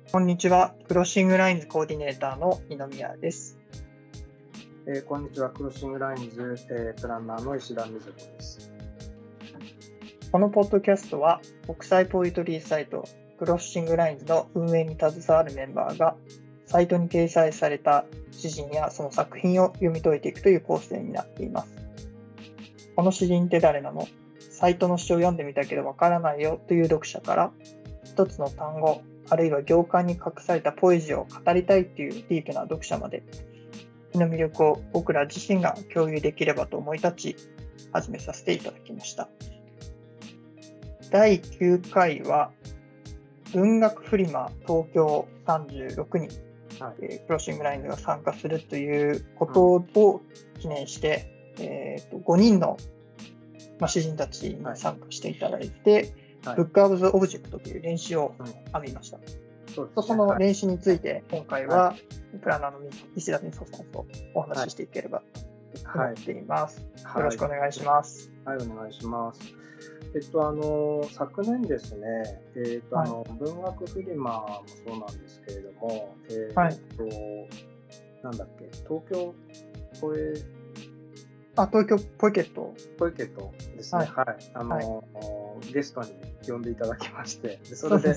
こんにちは。クロッシングラインズコーディネーターの二宮です。 こんにちは。クロッシングラインズ、プランナーの石田瑞穂です。 このポッドキャストは国際ポエトリーサイトクロッシングラインズの運営に携わるメンバーがサイトに掲載された詩人やその作品を読み解いていくという構成になっています。この詩人って誰なの？サイトの詩を読んでみたけどわからないよという読者から一つの単語あるいは行間に隠されたポエジーを語りたいというディープな読者まで詩の魅力を僕ら自身が共有できればと思い立ち始めさせていただきました。第9回は文学フリマ東京36人、クロッシングラインズが参加するということを記念して、5人の、詩人たちに参加していただいて、ブックアブズオブジェクトという練習を編みました。その練習について今回はプランナーの石田瑞穂さんとお話ししていければと思っています。よろしくお願いします。 はい、お願いします。昨年ですね、文学フリマもそうなんですけれども、なんだっけ、東京ポエケットですね。ゲストに呼んでいただきまして、それで、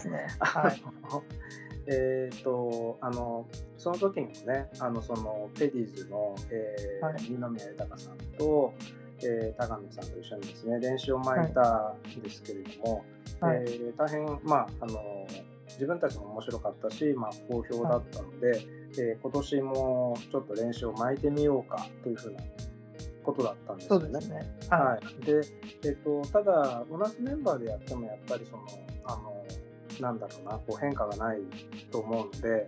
その時にもね、そのペディーズの、二宮豊さんと、高野さんと一緒にですね、練習を巻いたんですけれども、大変、自分たちも面白かったし、好評だったので、今年もちょっと練習を巻いてみようかというふうなことだったんですよね。 そうですね。 で、ただ同じメンバーでやってもやっぱりその変化がないと思うので、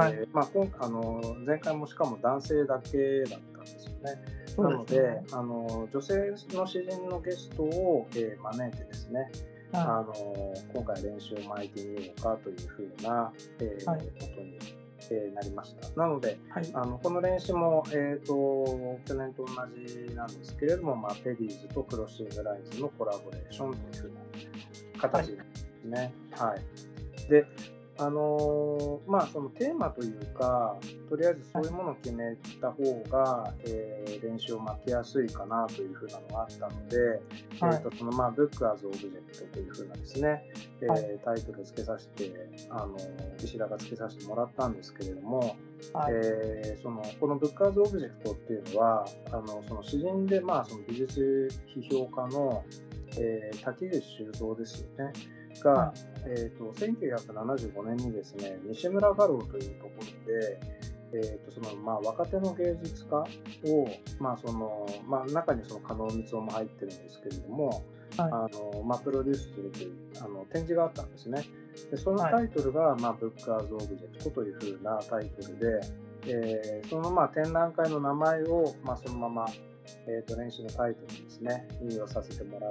前回もしかも男性だけだったんですよね。なので、女性の詩人のゲストを、招いてですね、今回練習を巻いてみようかというふうな、ことになりました。なので、この練習も、去年と同じなんですけれども、ペディーズとクロッシングラインズのコラボレーションというふうな形ですね。で、そのテーマというか、とりあえずそういうものを決めた方が、練習を巻きやすいかなというふうなのがあったので、そのブックアズオブジェクトというふうなですね、タイトルを付けさせて、石田が付けさせてもらったんですけれども、このブックアズオブジェクトっていうのは、その詩人で、その美術批評家の、滝口修造ですよね。が、1975年にですね、西村画廊というところで、若手の芸術家を、中にその加納光雄も入ってるんですけれども、プロデュースするという展示があったんですね。でそのタイトルが、ブックアズオブジェクトというふうなタイトルで、その展覧会の名前を、そのまま練習のタイトルにですね、引用させてもらって、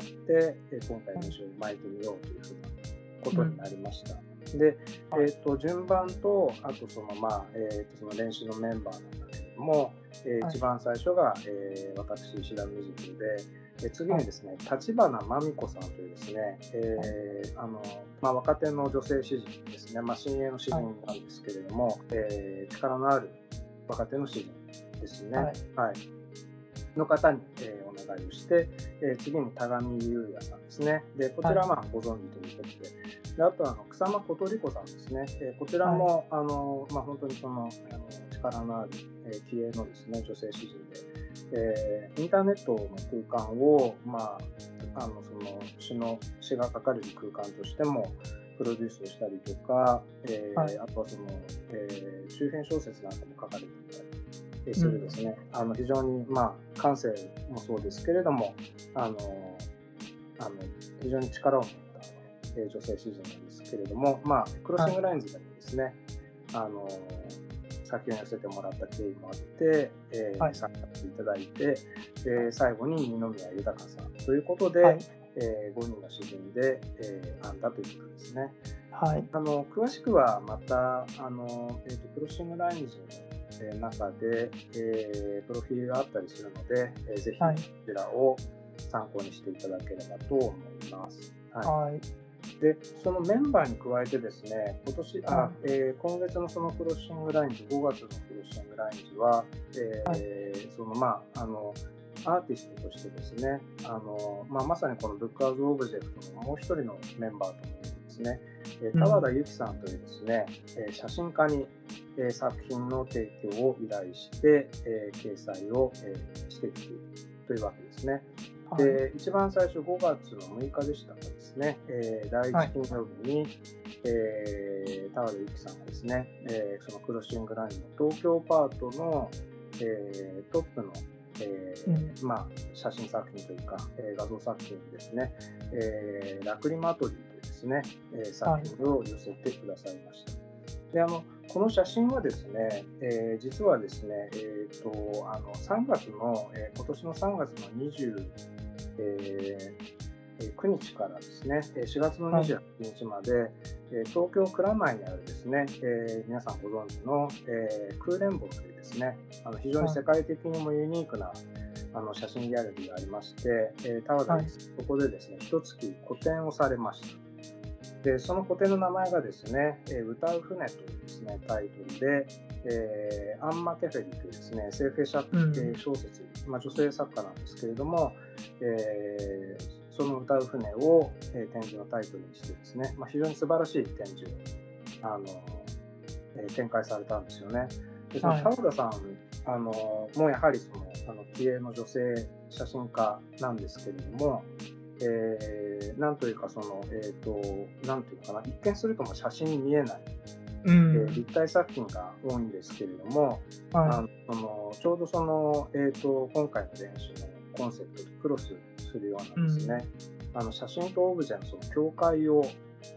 今回練習を巻いてみようというふうなことになりました。で、順番と、あとその練習のメンバーなんだけれども、一番最初が、私、石田瑞穂で、次にですね、立花真美子さんというですね、若手の女性詩人ですね、新鋭の詩人なんですけれども、力のある若手の詩人ですね。の方に、お願いをして、次に田上優也さんですね。で、こちらはご存知ということで、あと草間琴理子さんですね。こちらも、本当にその力のある、気鋭のですね、女性詩人で、インターネットの空間を、その詩が書かれる空間としてもプロデュースをしたりとか、あとはその、中編小説なんかも書かれていたりするですね、非常に感性もそうですけれども、非常に力を持った、女性詩人なんですけれども、クロッシングラインズでもですね、先を寄せてもらった経緯もあって、参加していただいて、最後に二宮豊さんということで、5人の詩人で、編んだということですね。詳しくはまたクロッシングラインズの中で、プロフィールがあったりするので、ぜひこちらを参考にしていただければと思います。 でそのメンバーに加えてですね、今月のそのクロッシングラインズ、5月のクロッシングラインズは、アーティストとしてですね、まさにこのブックアズオブジェクトのもう一人のメンバーというですね、田和田由紀さんというですね、写真家に、作品の提供を依頼して、掲載を、していくというわけですね。で一番最初5月の6日でしたがですね、第1金曜日に、田和田由紀さんがですね、そのクロッシングラインの東京パートの、トップの写真作品というか、画像作品ですね、ラクリマトリーというですね、作品を寄せてくださいました。でこの写真はですね、実はですね、3月の、今年の3月の29日からですね、4月の28日まで、東京蔵前にあるですね、皆さんご存知の、空連坊というですね、非常に世界的にもユニークな写真ギャラリーがありまして、田和田ですそこでですね、一月個展をされました。でその個展の名前がですね、歌う船というですね、タイトルで、アンマ・ケフェリというですね、SF小説、女性作家なんですけれども、その歌う船を、展示のタイトルにしてですね、非常に素晴らしい展示を展開されたんですよね。でその田和田さん、もうやはり気鋭の女性写真家なんですけれども、なんというかなんていうかな、一見するとも写真に見えない、立体作品が多いんですけれども、ちょうど今回の練習のコンセプトとクロスするようなですね、写真とオブジェのその境界を、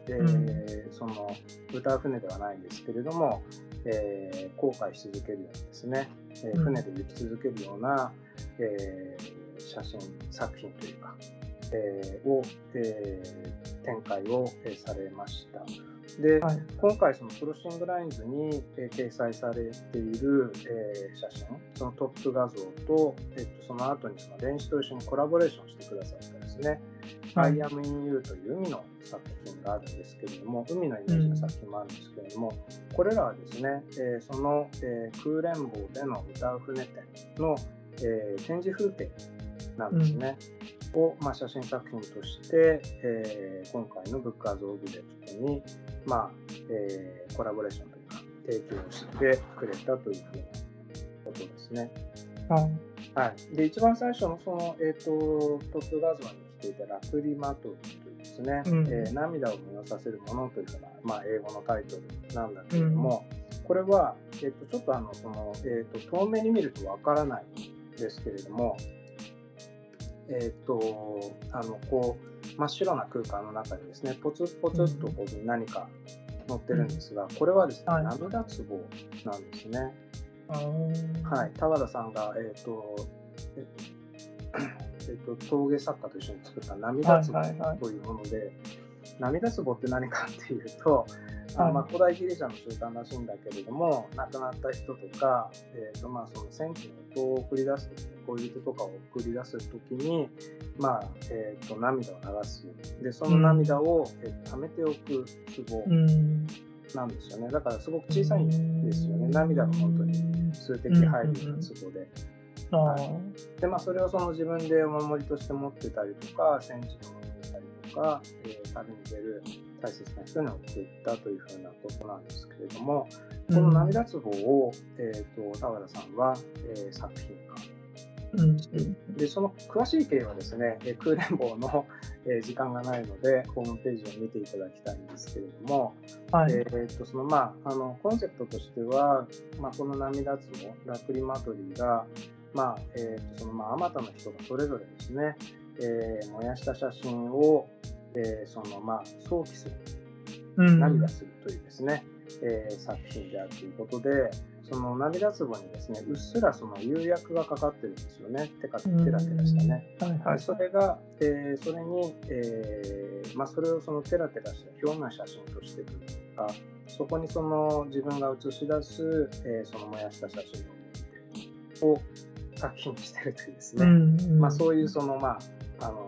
歌う船ではないんですけれども、航海し続けるようにですね、船で行き続けるような、写真作品というか、展開をされました。で、今回そのクロッシングラインズに掲載されている写真、そのトップ画像と、その後にその電子と一緒にコラボレーションしてくださったですね、I am in you という海の作品があるんですけれども、海のイメージの作品もあるんですけれども、これらはですね、その空連坊での歌う船展の展示風景なんですね。を写真作品として、今回のブックアズオブジェクトに、コラボレーションというか提供してくれたというふうなことですね。で一番最初のその、トップ画像に来ていたラクリマトリーというですね、涙を催させるものというふうな、英語のタイトルなんだけれども、これは、ちょっと遠目に見るとわからないんですけれども、真っ白な空間の中にですね、ポツポツっとこう何か載ってるんですが、これはですね、涙壺なんですね。田和田さんが、陶芸作家と一緒に作った涙壺というもので、涙壺って何かっていうと、古代ギリシャの習慣らしいんだけれども、亡くなった人とか、その戦地の音を送り出すときに、恋人とかを送り出すときに、涙を流す。で、その涙を、溜めておく壺なんですよね。だからすごく小さいんですよね。涙が本当に数滴入るような壺で。で、それを自分でお守りとして持ってたりとか、戦地に持ってたりとか、旅に出る大切な人に送ったというふうなことなんですけれども、この涙壺を、田和田さんは、作品化。でその詳しい経緯はですね、空連坊の、時間がないのでホームページを見ていただきたいんですけれども、コンセプトとしては、この涙壺ラクリマトリーが、あまたの人がそれぞれですね、燃やした写真を、想起する、涙するというですね、作品であるということで、その涙壺にですね、うっすらその釉薬がかかってるんですよね。テラテラしたね。それが、それに、それをそのテラテラした表面写真としてというか、そこにその自分が映し出す、その燃やした写真のを作品にしてるというですね、そういうその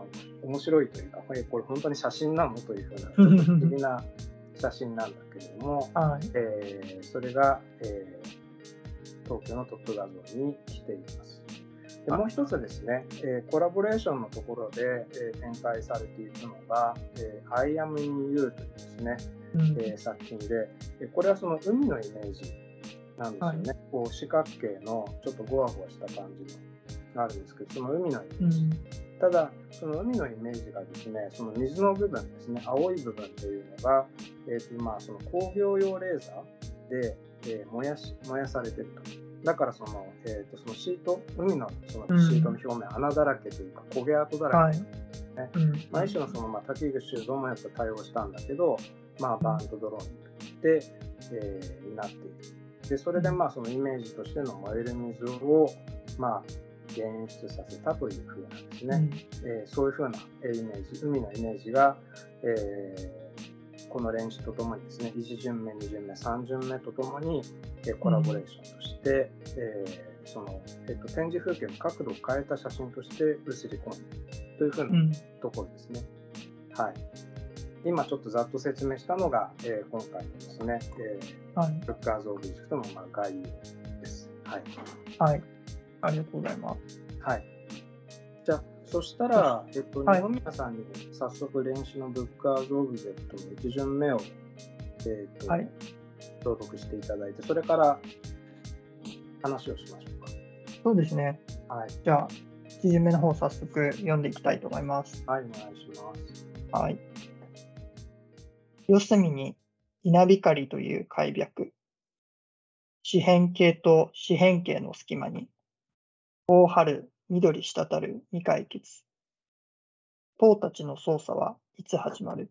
面白いというか、これ本当に写真なのというふうなちょっと不思議な写真なんだけれども、 はい。 それが、東京のトップ画像にしています。でもう一つですね、コラボレーションのところで、展開されているのが、I am in you というですね、作品で、これはその海のイメージなんですよね。こう四角形のちょっとゴワゴワした感じのがあるんですけど、その海のイメージ。ただ、その海のイメージがですね、その水の部分ですね、青い部分というのが、その工業用レーザーで、燃やされていると。だからそのシート、海のそのシートの表面、穴だらけというか焦げ跡だらけですね。一種のその滝口修造もやっぱ対応したんだけど、バーンとドローンで、になっている。でそれでそのイメージとしての燃える水を現出させたというふうなですね、そういうふうなイメージ、海のイメージが、この練習とともにですね、1巡目、2巡目、3巡目とともに、コラボレーションとして、その展示風景の角度を変えた写真として写り込むというふうなところですね。はい。今ちょっとざっと説明したのが、今回のですね、ブッカーズ・オブ・ジェクトの概要です。はい。 はい。ありがとうございます。 はい。じゃあ、そしたら、二宮さんに早速練習のブッカーズ・オブ・ジェクトの1巡目を、朗読していただいて、それから話をしましょうか。 そうですね。 はい。 じゃあ、1巡目の方早速読んでいきたいと思います。 はい、お願いします。 はい。四隅に稲光という開闢。四辺形と四辺形の隙間に、大春、緑滴る未解決。党たちの捜査はいつ始まる？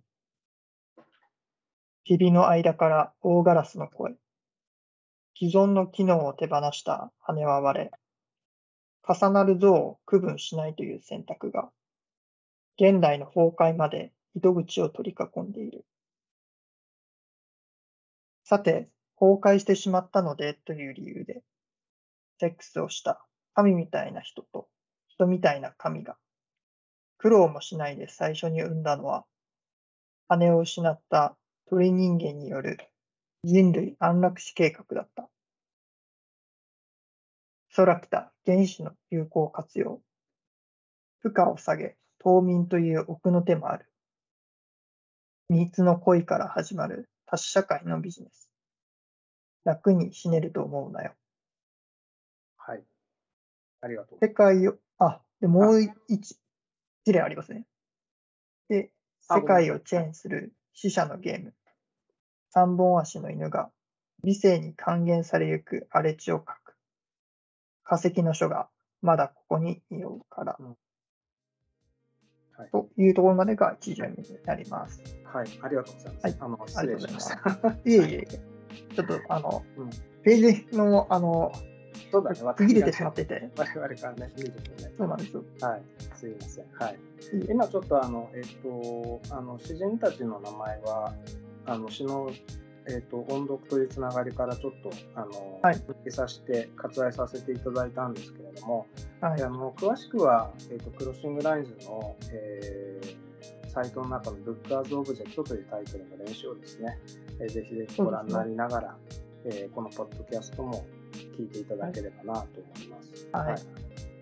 ひびの間から大ガラスの声。既存の機能を手放した羽は割れ、重なる像を区分しないという選択が、現代の崩壊まで糸口を取り囲んでいる。さて、崩壊してしまったのでという理由で、セックスをした神みたいな人と人みたいな神が、苦労もしないで最初に生んだのは、羽を失った鳥人間による人類安楽死計画だった。空来た原子の有効活用。負荷を下げ、冬眠という奥の手もある。未必の恋から始まる多種社会のビジネス。楽に死ねると思うなよ。 はい。ありがとう。 世界を、もう一例ありますね。で、世界をチェーンする死者のゲーム。三本足の犬が理性に還元されゆく荒れ地を書く。化石の書がまだここにいようから。というところまでが1巡目になります。 はい、ありがとうございます。失礼しました。 いえ。ちょっとページのそうだね、 途切れてしまってて。 我々からね、見るとね。 そうなんですよ。 はい、すいません。はい。今ちょっと詩人たちの名前は詩の音読というつながりからちょっとさせて割愛させていただいたんですけれども、詳しくはクロッシングラインズのサイトの中のブッカーズ・オブジェクトというタイトルの練習をですね、ぜひご覧になりながら、このポッドキャストも聞いていただければなと思います。 はい。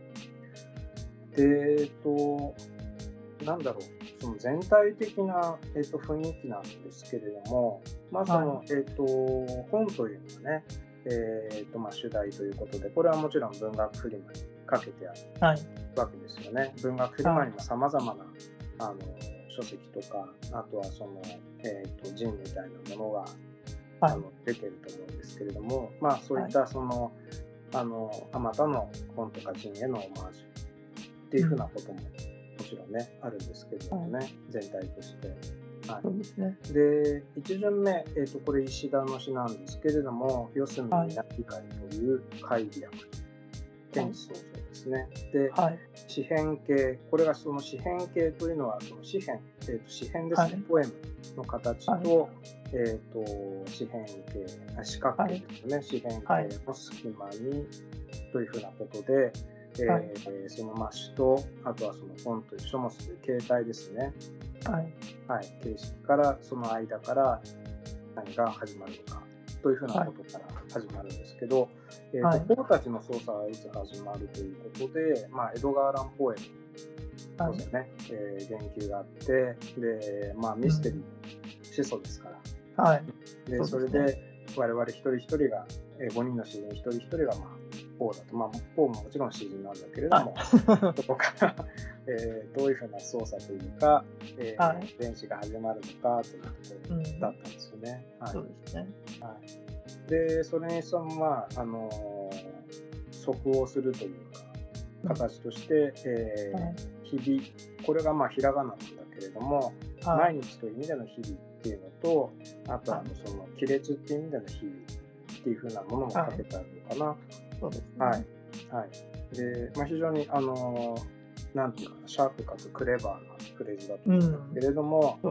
で、なんだろう、その全体的な、雰囲気なんですけれども、その、本というのがね、主題ということで、これはもちろん文学フリマにかけてあるわけですよね。文学フリマにもさまざまな書籍とか、あとはその、ジンみたいなものが出てると思うんですけれども、そういったその、あまたの本とかジンへのオマージュっていうふうなことももちろんねあるんですけれどもね、全体として。 そうですね。 で、1巡目、これ石田の詩なんですけれども、四隅に稲光という開闢、天地創造ですね。で、四辺形、これがその四辺形というのはその四辺、四辺ですね、ポエムの形と、四辺形、四角形ですね、四辺形の隙間にというふうなことで、 その詞と、あとはその本と書物という形態ですね。形式からその間から何が始まるのかというふうなことから始まるんですけど、ポーたちの捜査はいつ始まるということで、エドガー・アラン・ポーエですよね、言及があって、で、ミステリーの始祖ですから、でそれで我々一人一人が、5人の詩人一人一人がポーだと、ポーももちろん詩人なんだけれども、そこから、どういうふうな操作というか、電子が始まるのかということだったんですよね。 そうですね。 で、それに即応するというか、形として、日々、これがひらがななんだけれども、毎日という意味での日々っていうのと、あとはその亀裂っていう意味での日々っていうふうなものもかけてあるのかな。 そうですね。 で、非常になんていうかな、シャープかつクレバーなフレーズだと思うんですけれども、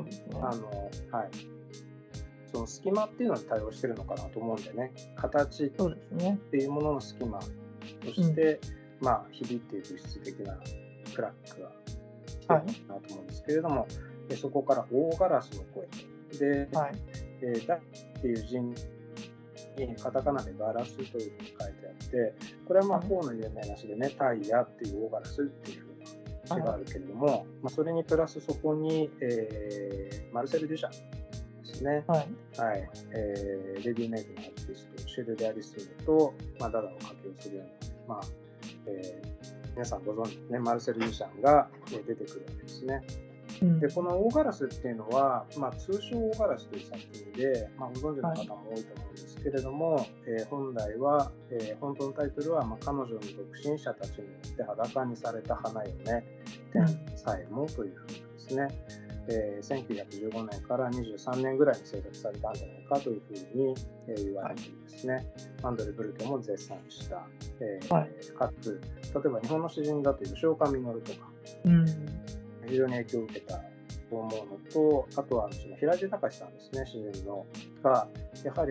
その隙間っていうのに対応してるのかなと思うんでね、形っていうものの隙間として、日々っていう物質的なクラックが来てるのかなと思うんですけれども、そこから大ガラスの声で、ダっていう字にカタカナでガラスというふうに書いてあって、これはポーの有名な詩でね、タイヤっていう大ガラスっていうふうな詩があるけれども、それにプラスそこに、マルセル・デュシャンですね、レディメイドのアーティスト、シェル・デ・アリスムと、ダダを掛けをするような、皆さんご存知ね、マルセル・デュシャンが出てくるわけですね。でこの大ガラスっていうのは、通称大ガラスという作品で、ご存知の方も多いと思うんですけれども、本来は、本当のタイトルは、彼女の独身者たちによって裸にされた花よね、天さえもというふうにですね、1915年から23年ぐらいに制作されたんじゃないかというふうに、言われていますね。アンドレ・ブルケも絶賛した、かつ、例えば日本の詩人だと吉岡稔とか、非常に影響を受けたと思うのと、あとはその平地隆さんですね、詩人のが、やはり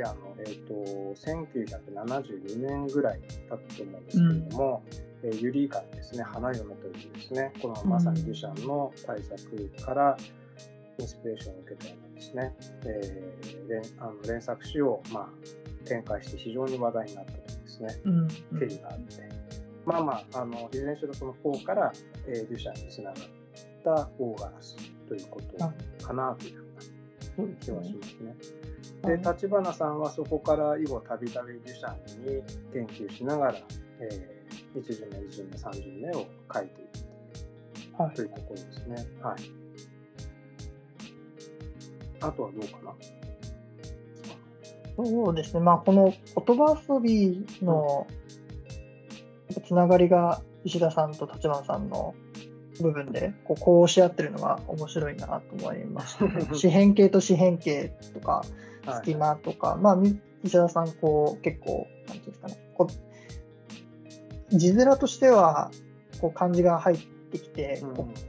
1972年ぐらいだったと思うんですけれども、ユリイカにですね、花嫁というですね、このまさにデュシャンの大作からインスピレーションを受けたようなですね、連作詩を展開して非常に話題になったというですね、経緯があって、いずれにしろそのポーからデュシャンにつながった大ガラスということかなというふうな気はしますね。で、立花さんはそこから以後たびたびデュシャンに研究しながら、1巡目、2巡目、3巡目を書いていくというところですね。あとはどうかな。 そうですね、この言葉遊びのつながりが石田さんと立花さんの部分でこうし合ってるのが面白いなと思いました、ね。四辺形と四辺形とか隙間とか、石田さん結構なんていうんですかね、字面としては漢字が入ってきて、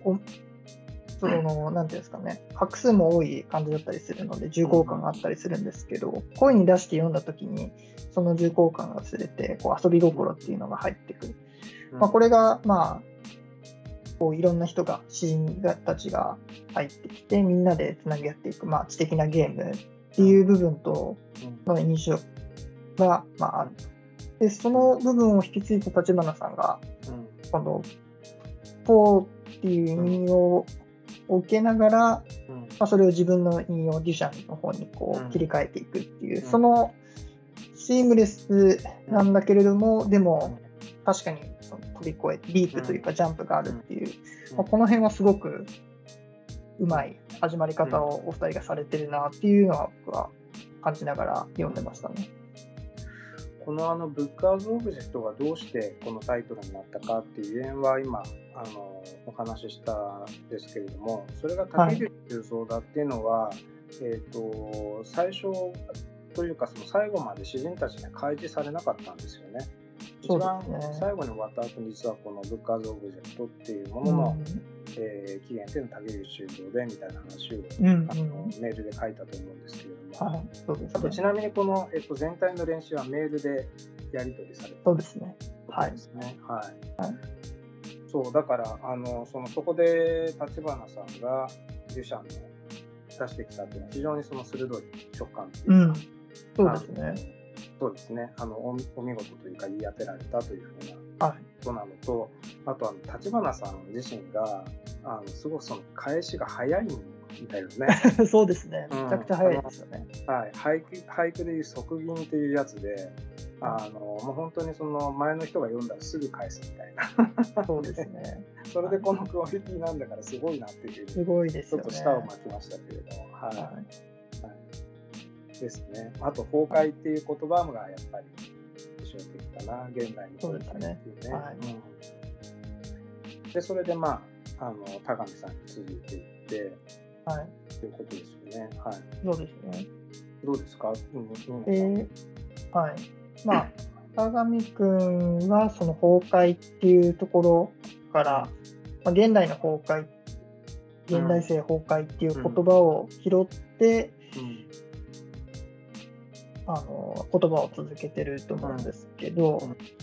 なんていうんですかね、画数も多い感じだったりするので重厚感があったりするんですけど、声に出して読んだ時にその重厚感が薄れて遊び心っていうのが入ってくる。これがいろんな人が詩人たちが入ってきてみんなでつなぎ合っていく、知的なゲームっていう部分との印象が、ある。でその部分を引き継いだ立花さんが、このポーっていう引用を受けながら、それを自分の引用デュシャンの方に切り替えていくっていう、そのシームレスなんだけれども、でも確かに飛び越えてリープというかジャンプがあるっていう、この辺はすごくうまい始まり方をお二人がされてるなっていうのは僕は感じながら読んでましたね。 このブックアズオブジェクトがどうしてこのタイトルになったかっていうゆえんは今お話ししたんですけれども、それが竹内重蔵だっていうのは、最初というかその最後まで詩人たちには開示されなかったんですよね。一番最後に終わった後に実はこのブックアズオブジェクトっていうものの、起源っていうのは竹内重蔵でみたいな話を、メールで書いたと思うんですけれども、あとちなみにこの、全体の練習はメールでやり取りされてそうですね。 ことですね。はい。 はい。 そうだからそこで立花さんがデュシャンの出してきたっていうのは非常にその鋭い直感っていうか、 そうですね。 そうですね。お見事というか言い当てられたというふうなことなのと、あと立花さん自身がすごくその返しが早いんだよね。 そうですね。めちゃくちゃ早いですよね。 はい、俳句でいう即吟っていうやつで、もう本当にその前の人が読んだらすぐ返すみたいな。 そうですね。 それでこのクオリティなんだからすごいなっていうふうに、 すごいですよね。 ちょっと舌を巻きましたけれども、はい。はい、ですね。あと崩壊っていう言葉がやっぱり印象的かな、現代の崩壊っていうね。はい、でそれで田上さんに続いていって、はい、ということですよね。はい。 そうですね。 どうですか？ はい。田上くんはその崩壊っていうところから、現代の崩壊、現代性崩壊っていう言葉を拾って、言葉を続けてると思うんですけど、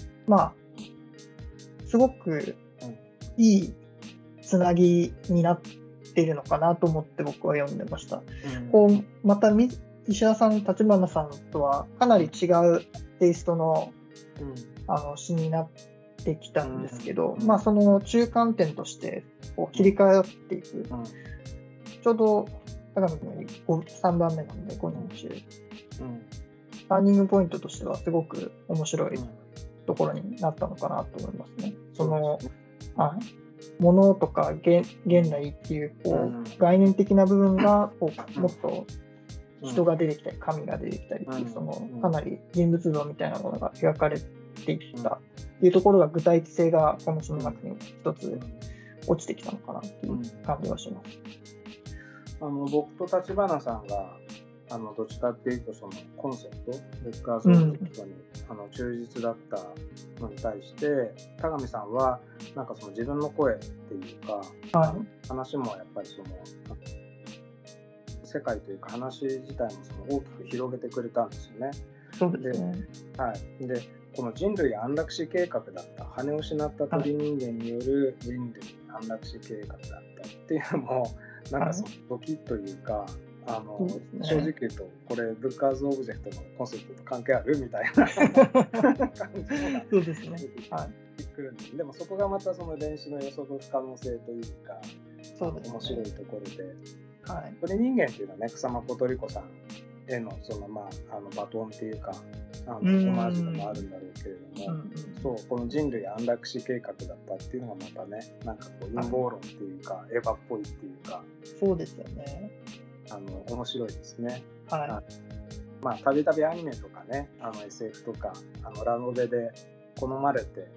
すごくいいつなぎになっているのかなと思って僕は読んでました。また石田さん、立花さんとはかなり違うテイストの、詩になってきたんですけど、その中間点としてこう切り替えていく、ちょうど田上君より3番目なので5人中、ターニングポイントとしてはすごく面白いところになったのかなと思いますね。その物とか現代っていう概念的な部分がもっと人が出てきたり神が出てきたりっていうそのかなり人物像みたいなものが描かれていったっていうところが具体性がこの詩の中に一つ落ちてきたのかなっていう感じがします。 僕と立花さんがどっちかっていうとそのコンセプトブッカーズオブジェクトに忠実だったのに対して田上さんはなんかその自分の声っていうか、話もやっぱりその世界というか話自体もその大きく広げてくれたんですよね。 そうですね。 でこの人類安楽死計画だった羽を失った鳥人間による人類安楽死計画だったっていうのもなんかそのドキッというか正直言うとこれブッカーズオブジェクトのコンセプトと関係あるみたいな感じがそうですね。 くるんで、でもそこがまたその電子の予測不可能性というか面白いところで、鳥人間っていうのはね草間小鳥子さんへのそのバトンっていうかオマージュでもあるんだろうけれども、そうこの人類安楽死計画だったっていうのがまたねなんかこう陰謀論っていうかエヴァっぽいっていうか、 そうですよね。 面白いですね。 たびたびアニメとかねSF とかラノベで好まれて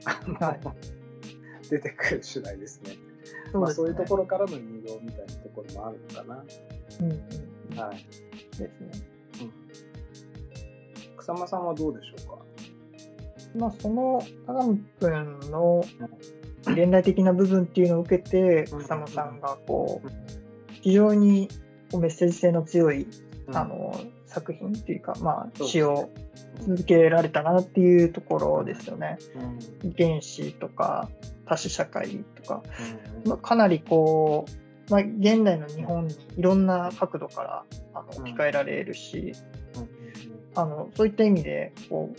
出てくる次第ですね。そういうところからの入道みたいなところもあるのかな。 ですね。 草間さんはどうでしょうか。 その田上君の現代的な部分っていうのを受けて草間さんが非常にメッセージ性の強い作品っていうか詩を続けられたなっていうところですよね。原子とか多種社会とか、かなり現代の日本にいろんな角度から置き換えられるし、そういった意味で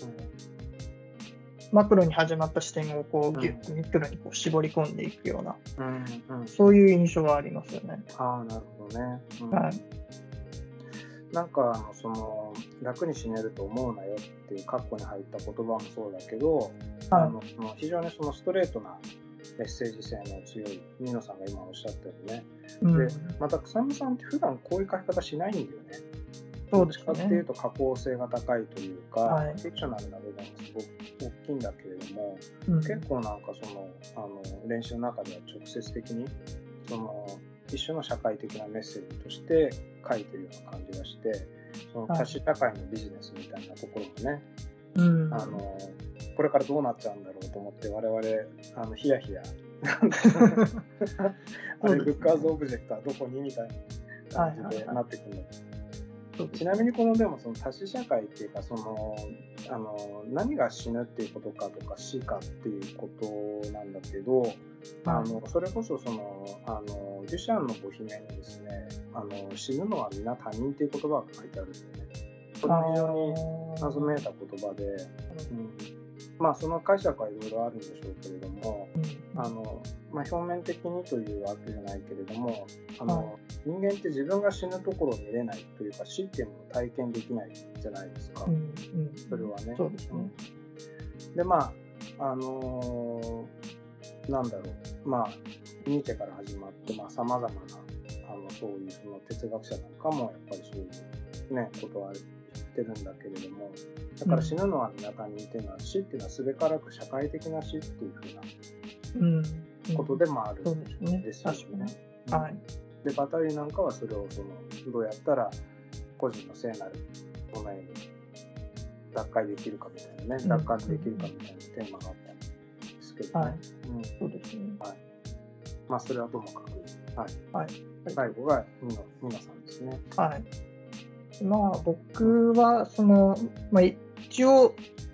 マクロに始まった視点をギュッとミクロに絞り込んでいくような、そういう印象はありますよね。 なるほどね。なんかその楽に死ねると思うなよっていう括弧に入った言葉もそうだけど、非常にそのストレートなメッセージ性の強いニノさんが今おっしゃったよね。でまた草間さんって普段こういう書き方しないんだよね。どっちかっていうと加工性が高いというか、フィクショナルな部分がすごく大きいんだけれども、結構なんかその練習の中では直接的にその一種の社会的なメッセージとして書いてるような感じがして、その多種社会のビジネスみたいなところもね、これからどうなっちゃうんだろうと思って我々ヒヤヒヤあれブッカーズオブジェクトはどこにみたいな感じでなってくるんだけど、 ちなみにこのでもその多死社会っていうか何が死ぬっていうことかとか死かっていうことなんだけど、それこそデュシャンのご姫にですね死ぬのは皆他人っていう言葉が書いてあるんだよね。これも非常に謎めいた言葉で、その解釈はいろいろあるんでしょうけれども、表面的にというわけじゃないけれども人間って自分が死ぬところを見れないというか死っていうのを体験できないじゃないですか、それはね。 そうですね。 でなんだろうニーチェから始まってさまざまなそういうその哲学者なんかもやっぱりそういうねことは言ってるんだけれども、だから死ぬのは皆他人っていうのは死っていうのはすべからく社会的な死っていうふうなことでもあるんですよね。でバタリーなんかはそれをどうやったら個人の聖なるものへ脱会できるかみたいなね、奪還できるかみたいなテーマがあったんですけどね。 そうですね。 それはともかく、最後がニノさんですね。 僕は一応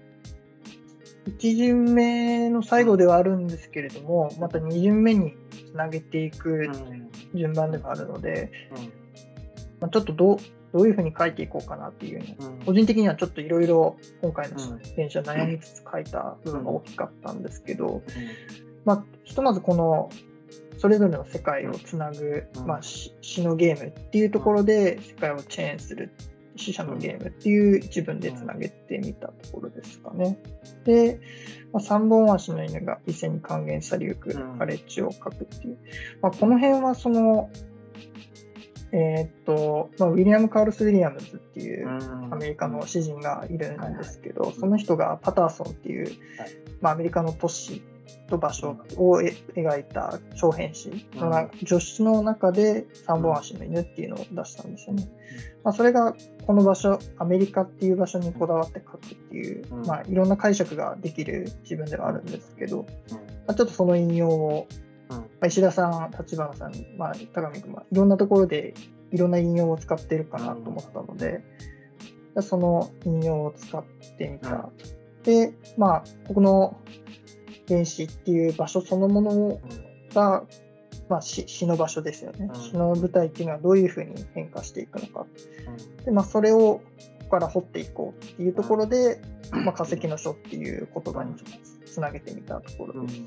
1巡目の最後ではあるんですけれども、また2巡目につなげていく順番でもあるので、ちょっとどういうふうに書いていこうかなっていうの個人的にはちょっといろいろ今回の練習は悩みつつ書いた部分が大きかったんですけど、ひとまずこのそれぞれの世界をつなぐ、死のゲームっていうところで世界をチェーンする死者のゲームっていう一文でつなげてみたところですかね。で、3本足の犬が異性に還元されゆく荒れ地を書くっていう、この辺はウィリアム・カールス・ウィリアムズっていうアメリカの詩人がいるんですけど、その人がパターソンっていう、アメリカの都市と場所を描いた長編詩の助詞の中で3本足の犬っていうのを出したんですよね。それがこの場所、アメリカっていう場所にこだわって書くっていう、いろんな解釈ができる自分ではあるんですけど、ちょっとその引用を石田さん、立花さん、高見君いろんなところでいろんな引用を使っているかなと思ったので、その引用を使ってみた。で、ここの原子っていう場所そのものが、死の場所ですよね。死の舞台っていうのはどういうふうに変化していくのか。で、それをここから掘っていこうっていうところで、化石の書っていう言葉につなげてみたところです。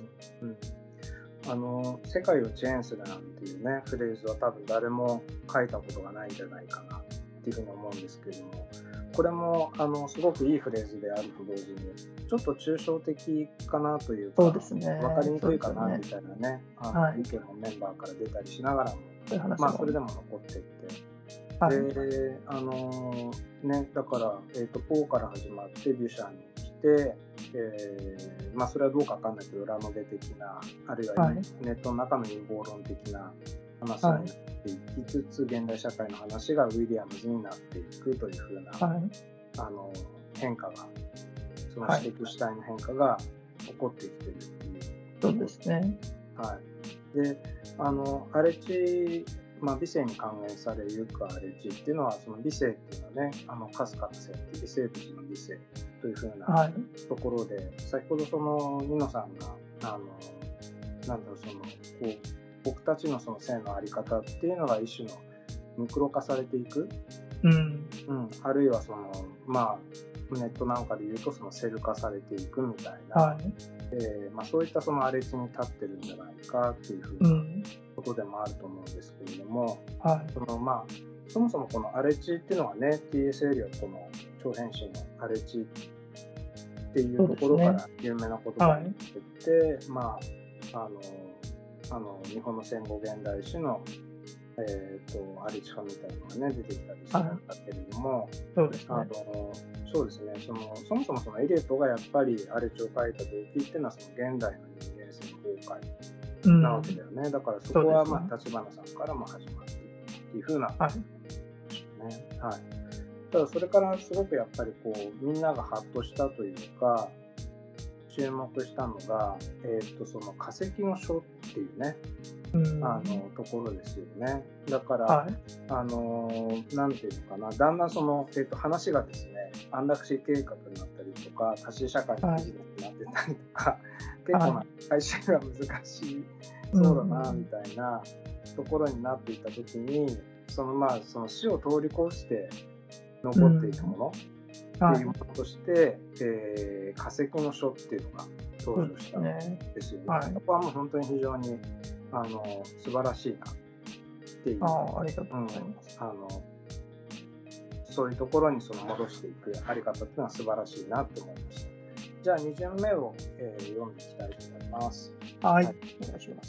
世界をチェーンするなんていうねフレーズは多分誰も書いたことがないんじゃないかなっていうふうに思うんですけれども、これもすごくいいフレーズであると同時にちょっと抽象的かなというか、分かりにくいかなみたいなね意見もメンバーから出たりしながらもそれでも残っていってでだから、ポーから始まってデュシャンに来て、それはどうか分かんないけどラノベ的なあるいはネットの中の陰謀論的な話になっていきつつ、現代社会の話がウィリアムズになっていくというふうな、変化がその指摘主体の変化が起こってきているっていう。 そうですね。 で荒れ地美生に還元されゆく荒れ地っていうのはその美生っていうのはねかすかな生って微生物の美生というふうなところで、先ほどニノさんが僕たちのその性の在り方っていうのが一種のミクロ化されていく、あるいはネットなんかでいうとそのセル化されていくみたいな、そういったその荒れ地に立ってるんじゃないかっていうふうなことでもあると思うんですけれども、そもそもこの荒れ地っていうのはね T.S. エリオットの長編詩の荒れ地っていうところから有名な言葉になっていて、日本の戦後現代史の荒れ地化みたいなのがね出てきたりしたんだけれども、そうですね、そもそもそのエリオットがやっぱり荒れ地を書いた動機っていうのはその現代の人間性の崩壊なわけだよね。だからそこは立花さんからも始まっているっていうふうなことですね。ただそれからすごくやっぱりみんながハッとしたというか、 注目したのが、その化石の書っていうね、ところですよね。だから、 はい。 なんていうのかな、だんだんその、話がですね、安楽死計画になったりとか、多子社会のビジネスになってたりとか、結構な回収が難しいそうだな、みたいなところになっていたときに、その死を通り越して残っていくものっていうものとして、化石の書っていうのが登場したんですよね。そこはもう本当に非常に素晴らしいなっていう、 ありがとうございます。 そういうところにその戻していくあり方っていうのは素晴らしいなと思いました。じゃあ2巡目を、読んでいきたいと思います。 はい、お願いします。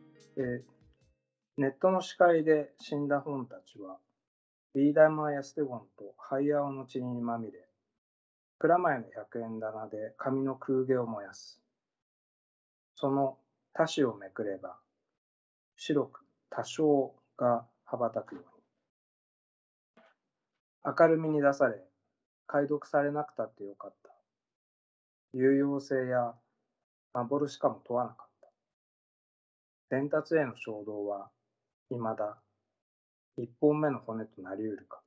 ネットの視界で死んだ本たちは、ビー玉やステゴンと灰青の塵にまみれ、蔵前の100円玉で紙の空毛を燃やす。その多紙をめくれば、白く多少が羽ばたくように。明るみに出され、解読されなくたってよかった。有用性や幻かも問わなかった。伝達への衝動は、未だ一本目の骨となりうるか。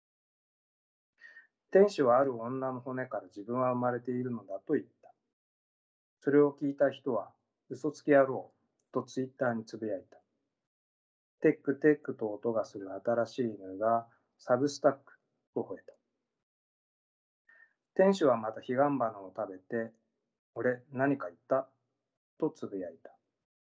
天使はある女の骨から自分は生まれているのだと言った。それを聞いた人は、嘘つき野郎とツイッターにつぶやいた。テックテックと音がする新しい犬がサブスタックと吠えた。天使はまた彼岸花を食べて、俺何か言ったとつぶやいた。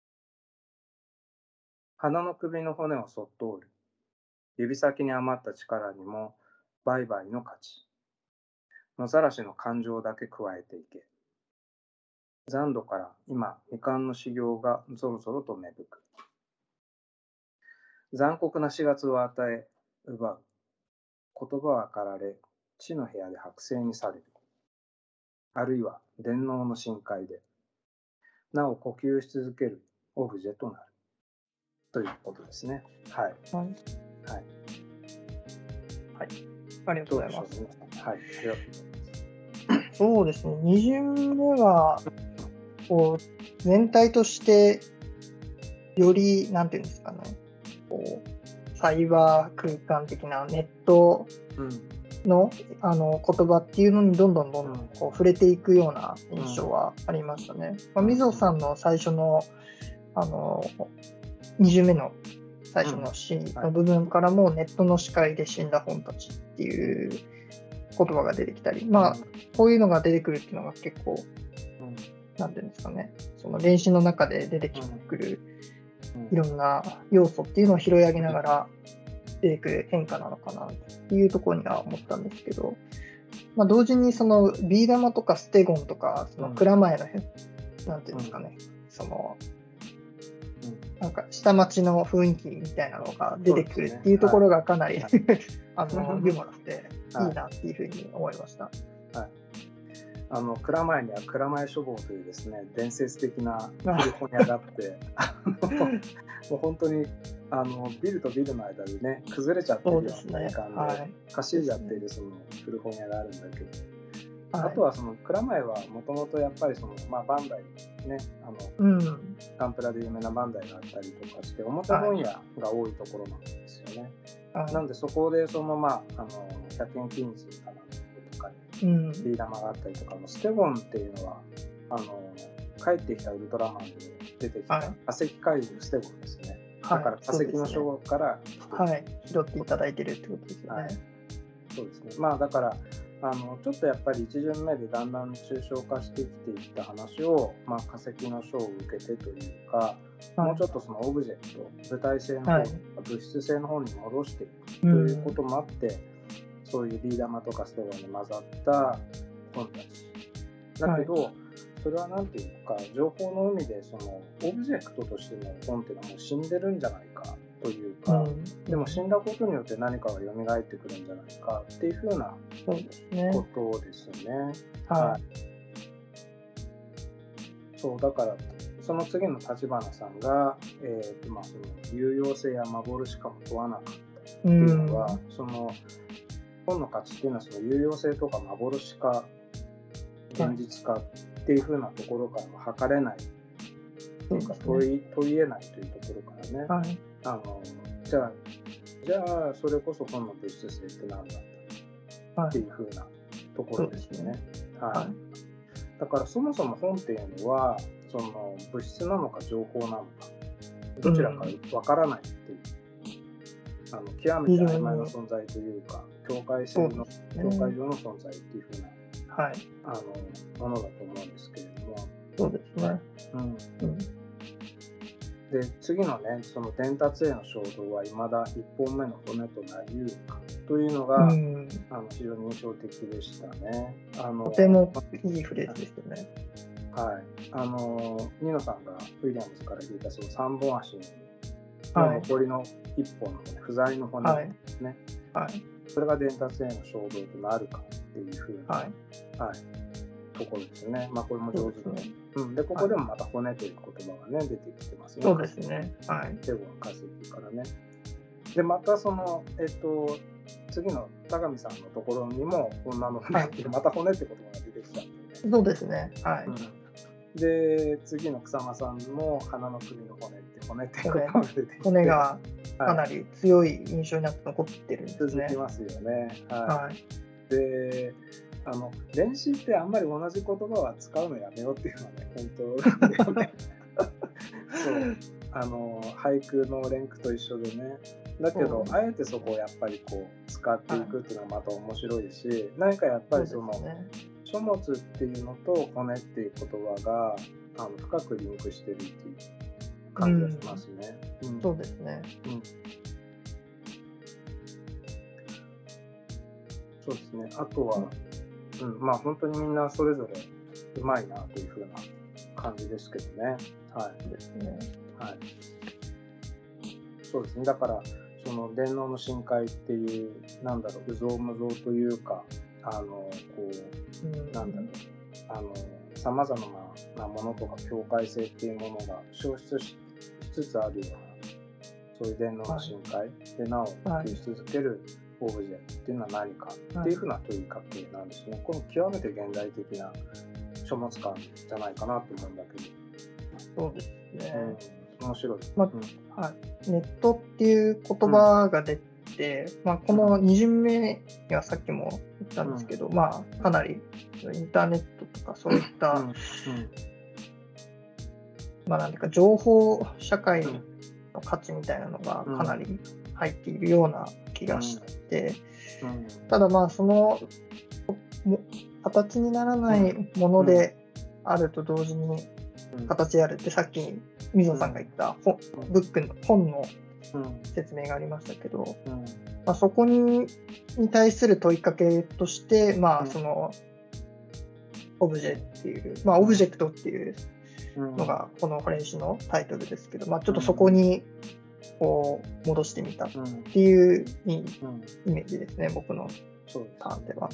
花の首の骨をそっと折る。指先に余った力にも売買の価値。野ざらしの感情だけ加えていけ。残土から今未完の修行がぞろぞろと芽吹く。残酷な4月を与え、奪う。言葉はかられ、地の部屋で剥製にされる。あるいは電脳の深海で、なお呼吸し続けるオブジェとなる。ということですね。はい。 はい。 はい。 はい。ありがとうございます。 はい。ありがとうございます。 そうですね。2巡目は、こう、全体として、より、なんていうんですかね、こう、サイバー空間的なネットの、言葉っていうのにどんどんこう触れていくような印象はありましたね。水野さんの最初の、2巡目の最初の詩の部分からも、ネットの視界で死んだ本たちっていう言葉が出てきたり、こういうのが出てくるっていうのが結構、なんていうんですかね、その練習の中で出てくるいろんな要素っていうのを拾い上げながら出てくる変化なのかなっていうところには思ったんですけど、同時にそのビー玉とかステゴンとかその蔵前のなんていうんですかね、そのなんか下町の雰囲気みたいなのが出てくるっていうところがかなりユーモラスでいいなっていうふうに思いました。 はい。蔵前には蔵前書房というですね、伝説的な古本屋があってもう本当にビルとビルの間でね、崩れちゃってるような体感でかしいじゃっているその古本屋があるんだけど、あとはその蔵前はもともとやっぱりその、バンダイね、ガンプラで有名なバンダイがあったりとかして表本屋が多いところなんですよね。なのでそこでその100円均一の棚とかにビー玉があったりとか、ステゴンっていうのは帰ってきたウルトラマンに出てきた化石怪獣ステゴンですね。だから化石の書から拾っていただいてるってことですよね。 そうですね。だからちょっとやっぱり1巡目でだんだん抽象化してきていった話を、化石の書を受けてというか、もうちょっとそのオブジェクト、具体性の方、物質性の方に戻していくということもあって、そういうビー玉とかステゴンに混ざった本たち。だけど、それはなんていうか、情報の海でそのオブジェクトとしての本っていうのはもう死んでるんじゃないかというか、でも死んだことによって何かが蘇ってくるんじゃないかっていうふうなことですよね。そうだからその次の立花さんが、その有用性や幻かも問わなかったっていうのは、その本の価値っていうのはその有用性とか幻か現実かっっていう風なところからも測れないというか問い得ないというところからね、じゃあそれこそ本の物質性って何だったっていう風なところですよね。だからそもそも本っていうのはその物質なのか情報なのかどちらかわからないっていう、極めて曖昧な存在というか境界上の存在っていう風な、ものだと思うんですけれども、 そうですね。 で次のねその伝達への衝動は未だ一本目の骨となり得るかというのが、非常に印象的でしたね。 とてもいいフレーズですよね。 ニノさんがウィリアムズから引いたその3本足の残りの1本の骨、不在の骨ですね、それが伝達への衝動となるかっていうふうな、ところですよね。これも上手ですね。でここでもまた骨という言葉がね出てきてますね。 そうですね。 テゴの化石からね。でまたその次の田上さんのところにも女の骨っていうまた骨って言葉が出てきたんでね。 そうですね。 で次の草間さんも鼻の首の骨って言葉が出てきて、 骨がかなり強い印象になって残ってるんですね。 続きますよね。で練習ってあんまり同じ言葉は使うのやめようっていうのはね本当だよね。俳句の連句と一緒でね。だけどあえてそこをやっぱりこう使っていくっていうのはまた面白いし、何かやっぱりその書物っていうのと骨っていう言葉が深くリンクしてるっていう感じがしますね。 そうですね。 そうですね。あとは、本当にみんなそれぞれうまいなという風な感じですけどね。そうですね。だからその電脳の深海っていう有象無象というかさまざまなものとか境界性っていうものが消失 しつつあるようなそういう電脳の深海でなお普及し続けるオブジェっていうのは何かっていうふうな問いかけなんですね。この極めて現代的な書物感じゃないかなと思うんだけど。そうですね。 面白い。 ネットっていう言葉が出て、この2巡目はさっきも言ったんですけど、かなりインターネットとかそういった、なんていうか情報社会の価値みたいなのがかなり入っているような気がして、ただその形にならないものであると同時に形であるってさっき水野さんが言った本の説明がありましたけど、そこに対する問いかけとして、そのオブジェっていう、オブジェクトっていうのがこの練習のタイトルですけど、ちょっとそこにこう戻してみたっていうイメージですね、僕のターンでは。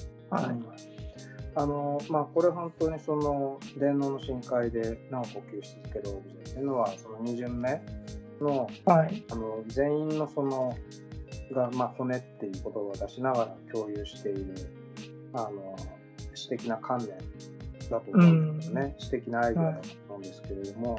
これ本当にその電脳の深海でなお呼吸し続けるオブジェっていうのはその2巡目の、全員のそのが、骨っていう言葉を出しながら共有している詩的な観念だと思うんですね。詩的なアイデアだと思うんですけれども、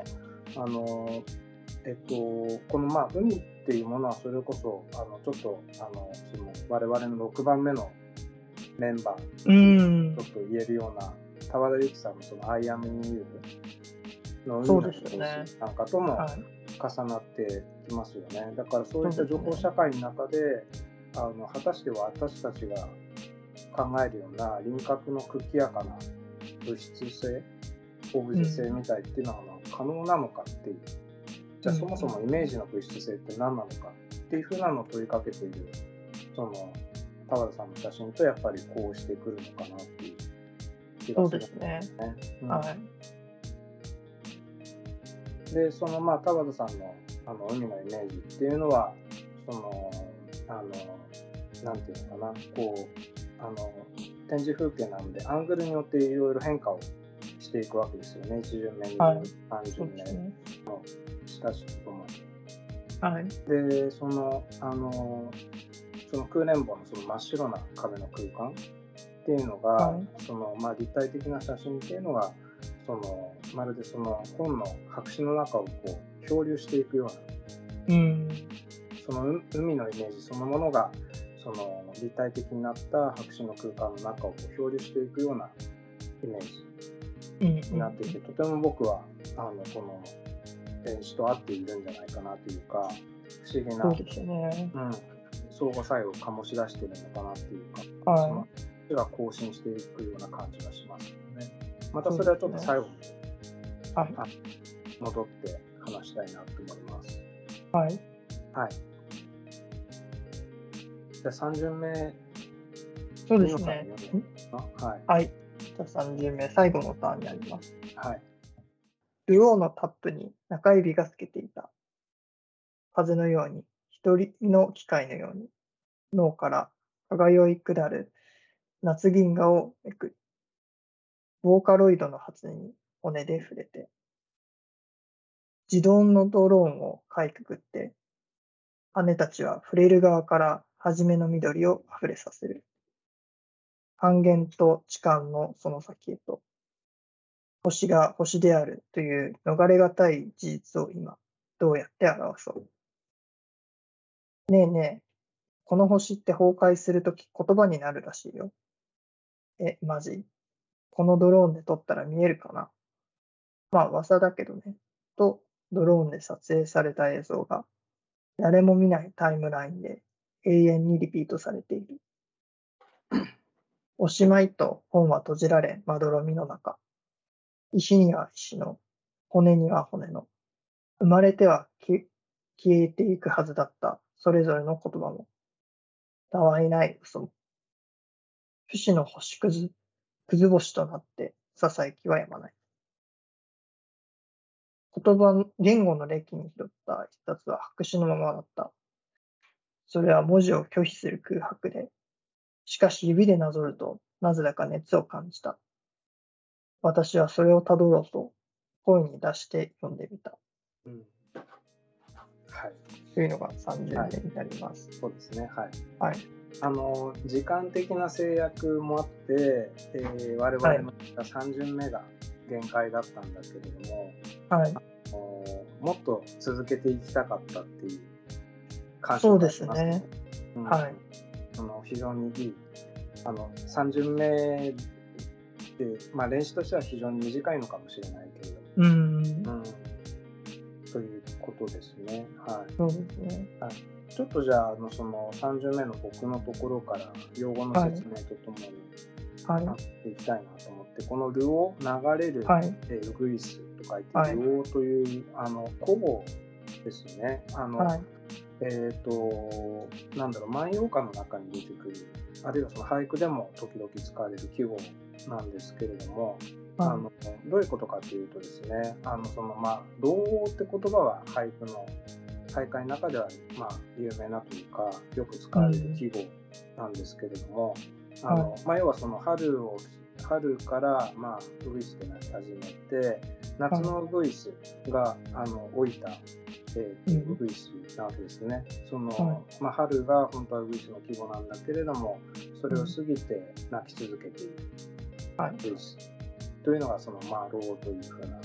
この海っていうものはそれこそちょっとその我々の6番目のメンバーちょっと言えるような田和田由紀さんのその「I am in you」の海の人なんかとも重なってきますよね。だからそういった情報社会の中で果たして私たちが考えるような輪郭の茎やかな物質性オブジェ性みたいっていうのは可能なのかっていう、じゃあそもそもイメージの物質性って何なのかっていうふうなのを問いかけているその田和田さんの写真とやっぱりこうしてくるのかなっていう気がするんですね。でその田和田さんの海のイメージっていうのはそのなんていうのかな展示風景なのでアングルによっていろいろ変化をしていくわけですよね。1巡目、2巡目、3巡目の親しくともに。でその空連棒のその真っ白な壁の空間っていうのが、その立体的な写真っていうのがまるでその本の白紙の中をこう漂流していくような、その海のイメージそのものがその立体的になった白紙の空間の中をこう漂流していくようなイメージになっていて、とても僕はこの電子と合っているんじゃないかなというか、不思議な、 そうですね、 相互作用を醸し出しているのかなっていうか、その手が更新していくような感じがしますよね。またそれはちょっと最後に、戻って話したいなと思います。 はい。 はい。じゃあ3巡目。 そうですね。 はい。 じゃあ3巡目、最後のターンになります。 はい。 ルオーのタップに中指が透けていた。風のように、一人の機械のように、脳から輝い下る夏銀河をめくり、ボーカロイドの発に骨で触れて、自動のドローンをかいくぐって、羽たちは触れる側から初めの緑を溢れさせる。半減と痴漢のその先へと、星が星であるという逃れがたい事実を今、どうやって表そう。ねえねえ、この星って崩壊するとき言葉になるらしいよ。マジ？このドローンで撮ったら見えるかな？まあ噂だけどね。と、ドローンで撮影された映像が、誰も見ないタイムラインで永遠にリピートされている。おしまいと本は閉じられ、まどろみの中。石には石の、骨には骨の。生まれては消えていくはずだったそれぞれの言葉も。たわいない嘘も。不死の星屑星となってささやきはやまない。言語の歴に拾った一冊は白紙のままだった。それは文字を拒否する空白で、しかし指でなぞるとなぜだか熱を感じた。私はそれをたどろうと声に出して読んでみた。 はい。 というのが30年になります。 そうですね。はい。 はい。 時間的な制約もあって、我々の3巡目が限界だったんだけれども、 はい、 もっと続けていきたかったっていう感想がありますね。そうですね。はい。 非常にいい。3巡目で、練習としては非常に短いのかもしれないけれども、ということですね。はい。 そうですね。 はい。ちょっとじゃあその3巡目の僕のところから用語の説明とともにっていきたいなと思って、このルオ流れる、ウグイスと書いてルオという古語ですね。なんだろう、万葉歌の中に出てくる、あるいはその俳句でも時々使われる季語なんですけれども、どういうことかというとですね、老王って言葉は俳句の大会の中では有名なというかよく使われる季語なんですけれども、要はその春からウグイスで鳴き始めて、夏のウグイスが老いた、ウグイスなわけですね。春が本当はウグイスの季語なんだけれども、それを過ぎて鳴き続けているウグイスというのが老王というふうな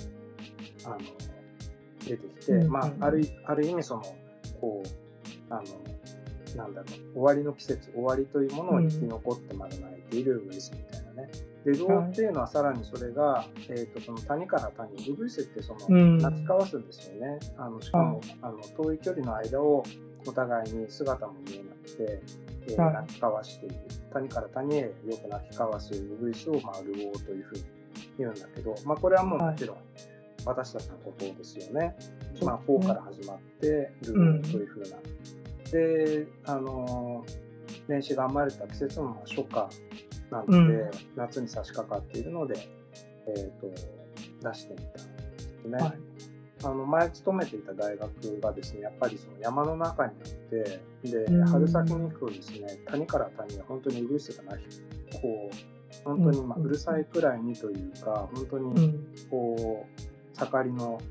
出てきて、ある意味なんだろう、終わりの季節、終わりというものを生き残ってまだ泣いているウグイスみたいなね。で、老っていうのはさらにそれが、その谷から谷、ウグイスって鳴き交わすんですよね。しかも遠い距離の間をお互いに姿も見えなくて、鳴き交わしている。谷から谷へよく鳴き交わすウグイスをルオというふうに言うんだけど、これはもちろん私たちのことですよね。フォーから始まってルオというふうな。で、年始が生まれた季節も初夏なので、夏に差し掛かっているので、出してみたんですね。前勤めていた大学がですね、やっぱりその山の中にあって、で、春先に行くとですね、谷から谷は本当にウグイスが本当にうるさいくらいにというか、本当に盛りの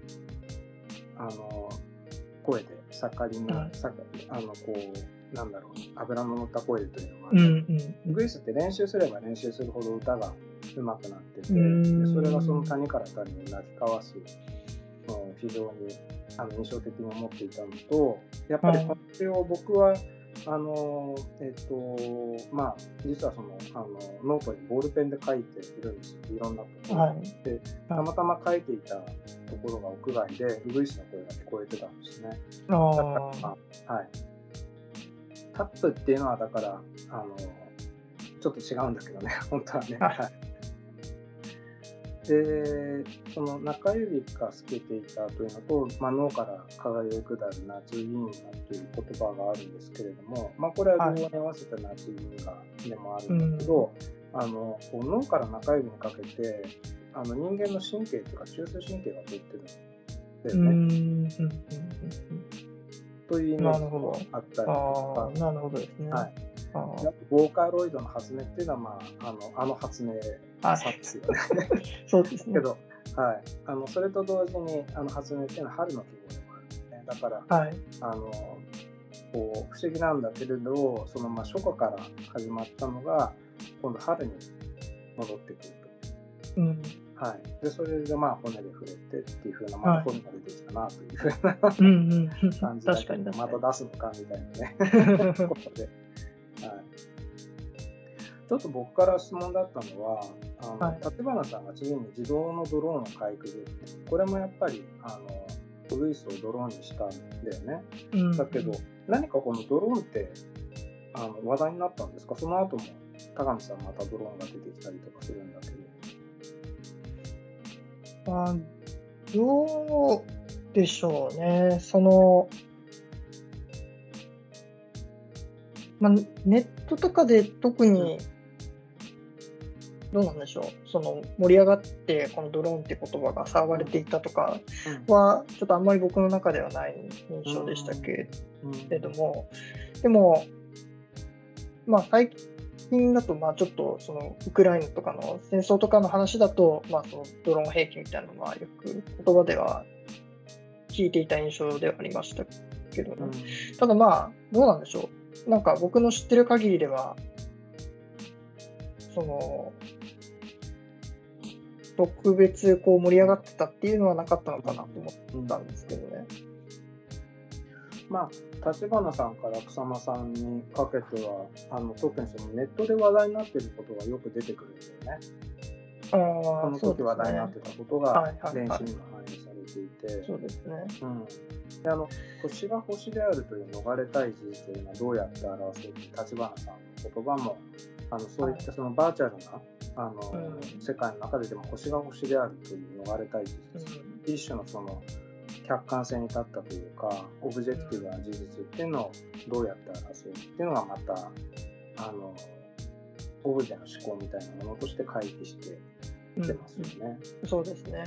声で盛りのなんだろう、脂の乗った声でというのが、ウグイスって練習すれば練習するほど歌がうまくなってて、でそれがその谷から谷になぎ交わす、非常に印象的に思っていたのと、やっぱりこれを僕はまあ、実はそのノートにボールペンで書いているんですよ、いろんなところで、たまたま書いていたところが屋外でウグイスの声が聞こえてたんですね。だから、はい、タップっていうのはだからちょっと違うんだけどね、本当はね。はい、でその中指が透けていたというのと、脳から輝くだる夏銀河という言葉があるんですけれども、これは語に合わせた夏銀河でもあるんだけど、脳から中指にかけて人間の神経というか中枢神経が通ってるんですね。というイメージがあったりとか、 なるほどですね。 はい、ボーカロイドの発明っていうのは、発明さですよね。 そうですね。 けど、はい、それと同時に発明っていうのは春の季語でもあるんですね。だから、はい、こう不思議なんだけれど、その初夏から始まったのが今度春に戻ってくると。はい、でそれで骨で触れてっていう風な、また骨が出てきたなという風な感じだけど、また出すのかみたいなねことで、はい、ちょっと僕から質問だったのは、立花さんが次に自動のドローンをかいくぐって、これもやっぱりウグイスをドローンにしたんだよね。だけど何かこのドローンって話題になったんですか？その後も田上さんまたドローンが出てきたりとかするんだけど。 どうでしょうね。ネットとかで特にどうなんでしょう。盛り上がってこのドローンって言葉が騒がれていたとかはちょっとあんまり僕の中ではない印象でしたけれども、でも最近だとちょっとウクライナとかの戦争とかの話だとそのドローン兵器みたいなのはよく言葉では聞いていた印象ではありましたけどね。ただどうなんでしょう。なんか僕の知ってる限りでは特別盛り上がってたっていうのはなかったのかなと思ったんですけどね。 立花さんから草間さんにかけては特にネットで話題になっていることがよく出てくるんだよね。その時話題になってたことが電子にも反映されていて、 そうですね。 で星が星であるという逃れたい事実というのはどうやって表せるか、立花さんの言葉もそういったそのバーチャルな世界の中ででも星が星であるという逃れたい事実、一種のその客観性に立ったというかオブジェクティブな事実っていうのをどうやって表せるっていうのがまたオブジェの思考みたいなものとして回帰してきてますよね。 そうですね。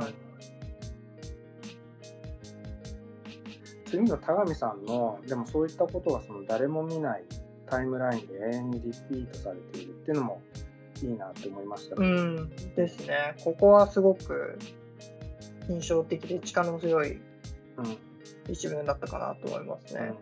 次の田上さんのでもそういったことが誰も見ないタイムラインで永遠にリピートされているっていうのもいいなと思いましたね。 ですね。ここはすごく印象的で力の強い一文だったかなと思いますね。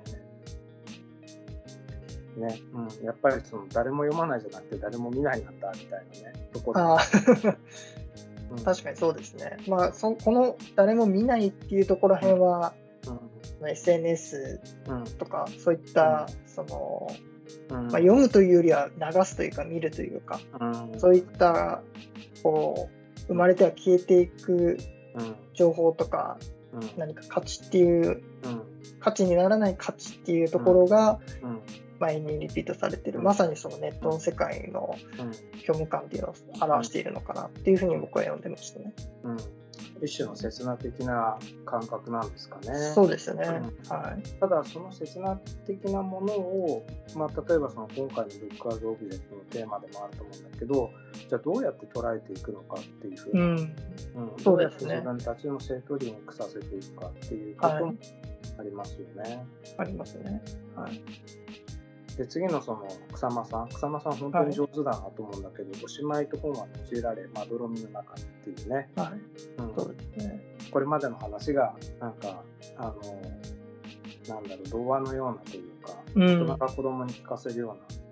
やっぱり誰も読まないじゃなくて誰も見ないなんだみたいなねところ。 確かにそうですね。この誰も見ないっていうところら辺は、SNS とかそういった読むというよりは流すというか見るというか、そういった生まれては消えていく情報とか、何か価値っていう、価値にならない価値っていうところが前にリピートされている、まさにそのネットの世界の虚無感っていうのを表しているのかなっていうふうに僕は読んでましたね。 一種の刹那的な感覚なんですかね。 そうですね。 ただその刹那的なものを、例えば今回のブックアズオブジェクトのテーマでもあると思うんだけど、じゃあどうやって捉えていくのかっていうふうな、どうやって自分たちの性とリンクさせていくかっていうこともありますよね。 ありますね。 で次の草間さん本当に上手だなと思うんだけど、おしまいと本は用いられまどろみの中っていうね、 そうですね。 これまでの話がなんか童話のようなというか、大人が子供に聞かせるような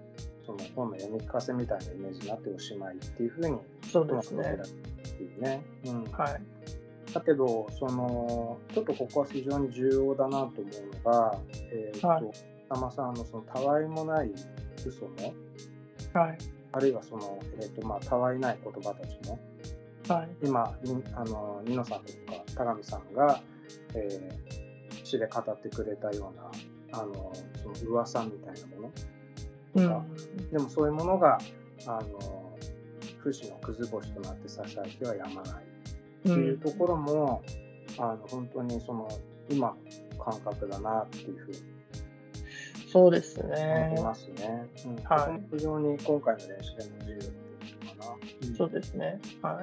その本の読み聞かせみたいなイメージになっておしまいっていうふうにそうですね。 っていうね。 はい。 だけどちょっとここは非常に重要だなと思うのが、草間さんのそのたわいもない嘘も、 はい。 あるいはたわいない言葉たちも、 はい、 今ニノさんとか田上さんが、詩で語ってくれたようなその噂みたいなものとか、でもそういうものが不死のくず星となってささやきはやまないっていうところも、本当に今の感覚だなっていうふうにそうですね。 思いますね。 はい。 非常に今回の練習でも重要だったかな。 そうですね。はい。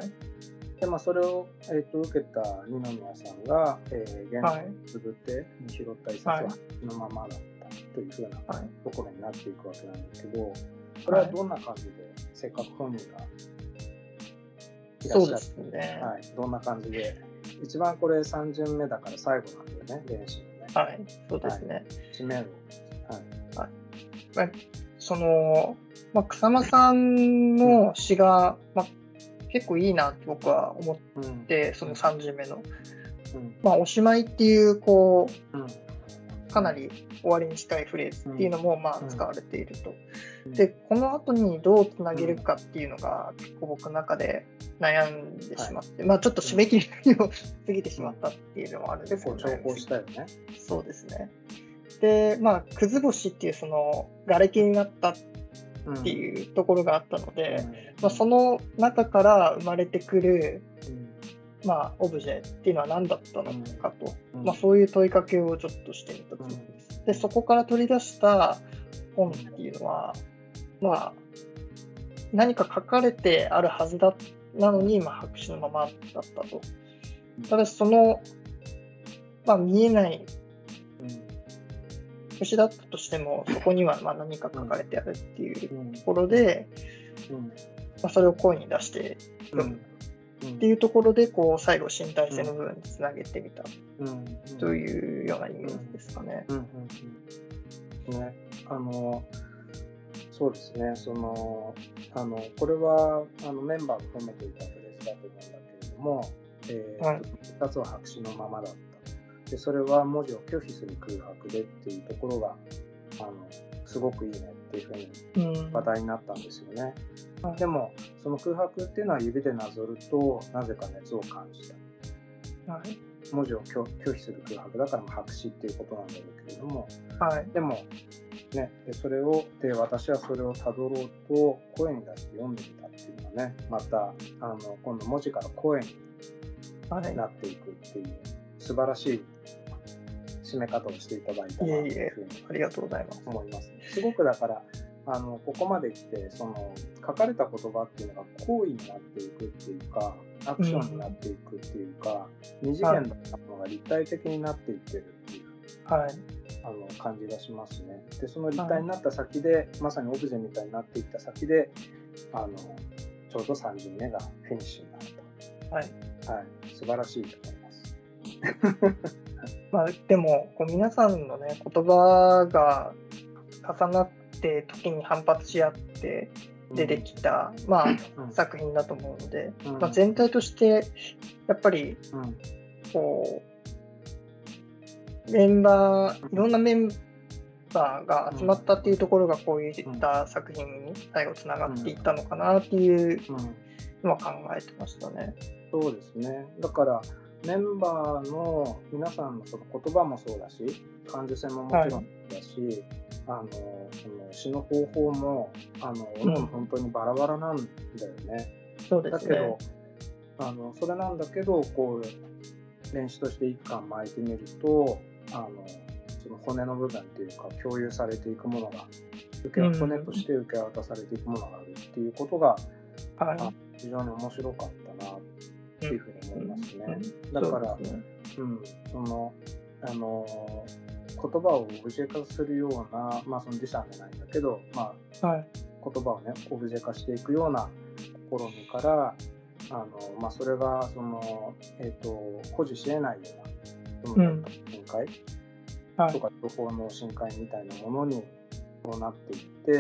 でそれを、受けた二宮さんが、現在つぶって拾った一冊はそのままだったというふうなところになっていくわけなんですけど、これはどんな感じで、せっかく本人がいらっしゃって、ね、はい、どんな感じで、一番これ3巡目だから最後なんだよね、練習のね。 はい、そうですね。 締めを。 はい。草間さんの詩が、結構いいなって僕は思って、その3巡目の。おしまいっていうかなり終わりに近いフレーズっていうのも使われていると。でこの後にどうつなげるかっていうのが結構僕の中で悩んでしまって、ちょっと締め切りを過ぎてしまったっていうのもあるんですけど、 結構長考したよね。 そうですね。でくず星っていうその瓦礫になったっていうところがあったので、その中から生まれてくるオブジェっていうのは何だったのかと、そういう問いかけをちょっとしてみたつもりです。でそこから取り出した本っていうのは、何か書かれてあるはずだなのに、白紙のままだったと。ただしその、見えない星だったとしても、そこには何か書かれてあるっていうところで、それを声に出して読むっていうところで、最後身体性の部分につなげてみたというようなイメージですかね。 そうですね。これはメンバーが褒めていたフレーズだと思うんだけれども、2つは白紙のままだった。でそれは文字を拒否する空白でっていうところがすごくいいねっていうふうに話題になったんですよね。でもその空白っていうのは指でなぞるとなぜか熱を感じた。文字を拒否する空白だから白紙っていうことなんだろうけれども、でもね、私はそれをたどろうと声に出して読んでみたっていうのはね、また今度文字から声になっていくっていう素晴らしい締め方をしていただいたなというふうにありがとうございます思います。すごくだからここまで来て書かれた言葉っていうのが行為になっていくっていうかアクションになっていくっていうか、二次元だったものが立体的になっていってるっていう、感じがしますね。でその立体になった先で、まさにオブジェみたいになっていった先でちょうど3巡目がフィニッシュになると、素晴らしいと思います。 でも皆さんのね言葉が重なって時に反発し合って出てきた、作品だと思うので、全体としてやっぱりいろんなメンバーが集まったっていうところがこういった作品に最後つながっていったのかなっていうのは考えてましたね。 そうですね。だからメンバーの皆さんのその言葉もそうだし、感受性ももちろんだし、その詩の方法も本当にバラバラなんだよね。 そうですね。 だけどそれなんだけど練習として一巻巻いてみるとその骨の部分っていうか共有されていくものが骨として受け渡されていくものがあるっていうことが、非常に面白かったなっていうふうに思いますね。だから、言葉をオブジェ化するような、その自社じゃないんだけど、言葉をねオブジェ化していくような試みからそれが保持し得ないような深海とか情報の深海みたいなものにそうなっていって、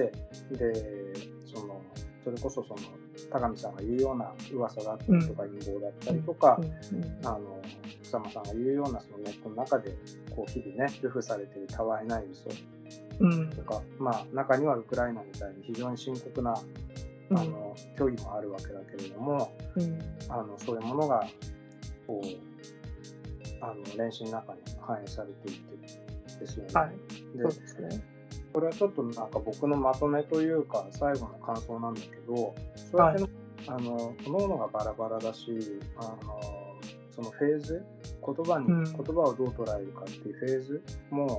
でそれこそ田上さんが言うような噂だったりとか陰謀だったりとか、草間さんが言うようなそのネットの中でこう日々ね流布されているたわいない嘘とか、中にはウクライナみたいに非常に深刻な虚偽もあるわけだけれども、そういうものがこう練習の中に反映されていてですよね。 はい、そうですね。 これはちょっとなんか僕のまとめというか最後の感想なんだけど、そうやって各々がバラバラだし、そのフェーズ、言葉をどう捉えるかっていうフェーズも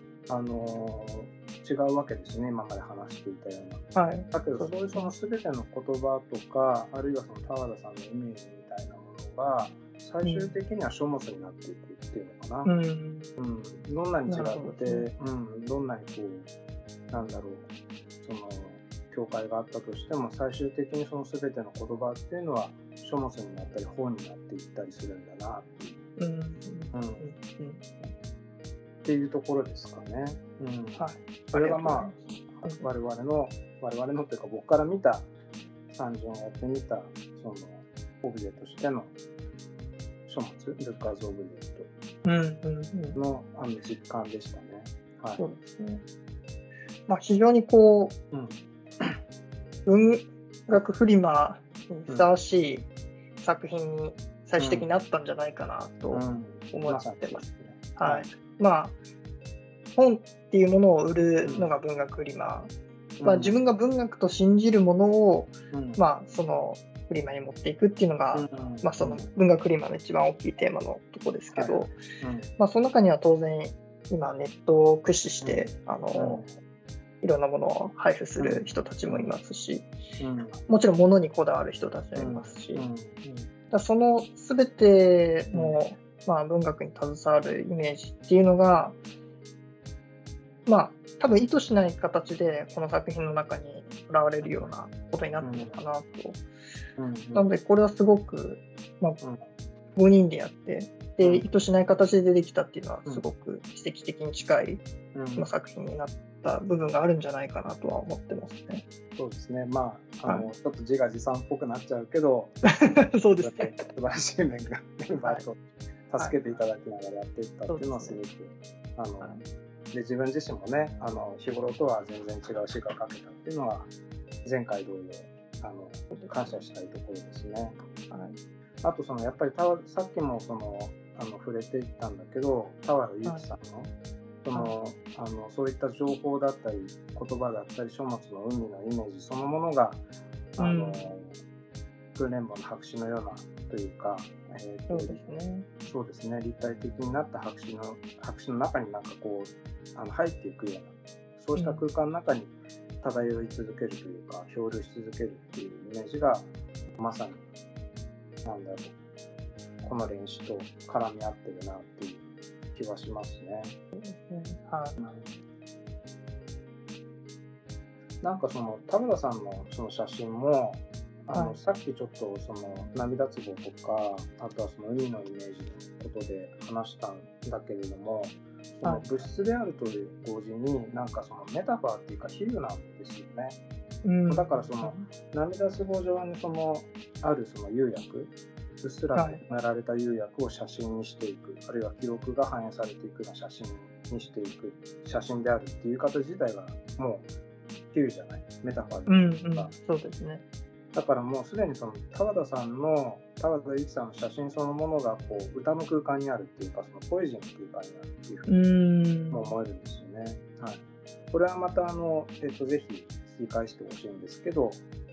違うわけですね、今まで話していたような。だけどそういう全ての言葉とか、あるいは田和田さんのイメージみたいなものが最終的には書物になっていくっていうのかな。どんなに違って、どんなにこうなんだろう、境界があったとしても、最終的にその全ての言葉っていうのは書物になったり本になっていったりするんだなっていう、っていうところですかね。それが我々のというか僕から見た30年やってみたオブジェとしての書物、ルッカーズ・オブジェの実感でしたね。 そうですね。非常にこう、文学フリマにふさわしい作品に最終的になったんじゃないかなと思ってます。本っていうものを売るのが文学フリマ、自分が文学と信じるものを、そのフリマに持っていくっていうのが、その文学フリマの一番大きいテーマのとこですけど、その中には当然今ネットを駆使していろんなものを配布する人たちもいますし、もちろん物にこだわる人たちもいますし、その全ての、文学に携わるイメージっていうのが、多分意図しない形でこの作品の中に現れるようなことになってるのかなと。なのでこれはすごく、5人でやってで意図しない形で出てきたっていうのはすごく奇跡的に近い、作品になった部分があるんじゃないかなとは思ってますね。 そうですね。ちょっと自画自賛っぽくなっちゃうけどそうですね。 素晴らしい面がメンバーと助けていただきながらやっていったっていうのはすごくで自分自身もね日頃とは全然違う詩が書けたっていうのは前回同様感謝したいところですね。あとやっぱりさっきも触れていったんだけど、田原祐希さんのそういった情報だったり言葉だったり書物の海のイメージそのものが風蓮坊の白紙のようなというか、そうですね、立体的になった白紙の中になんかこう入っていくようなそうした空間の中に漂い続けるというか漂流し続けるっていうイメージがまさにこの練習と絡み合ってるなっていう気はしますね。なんか田村さんのその写真もさっきちょっと涙壺とかあとは海のイメージのことで話したんだけれども、物質であるという同時になんかメタファーっていうか比喩なんですよね。だから涙壺上にある釉薬うっすらとめられた釉薬を写真にしていく、あるいは記録が反映されていくような写真にしていく写真であるっていう形自体がもう比喩じゃない、メタファーというか、 そうですね。 だからもうすでに田和田祐希さんの写真そのものがこう歌の空間にあるっていうかポエジーの空間にあるっていうふうにも思えるんですよね。これはまたぜひ聞き返してほしいんですけど、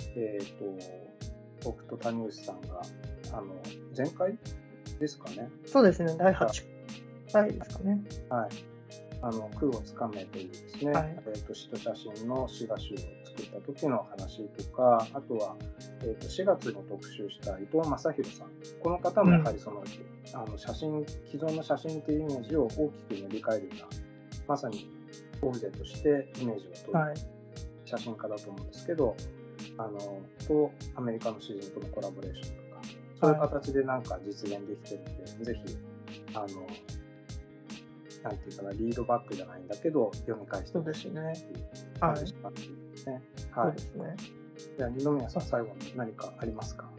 僕と谷口さんが前回ですかね。 そうですね、第8回ですかね。 空をつかめというですね、詩と写真の詩画集を作った時の話とか、あとは、4月に特集した伊藤正弘さん、この方もやはり既存の写真というイメージを大きく塗り替えるようなまさにオブジェとしてイメージを取る写真家だと思うんですけど、とアメリカの詩人とのコラボレーションとかそういう形でなんか実現できてるので、ぜひなんていうかな、リードバックじゃないんだけど読み返してほしいっていう感じしたんですね。はい。そうですね。じゃあ二宮さん、最後に何かありますか？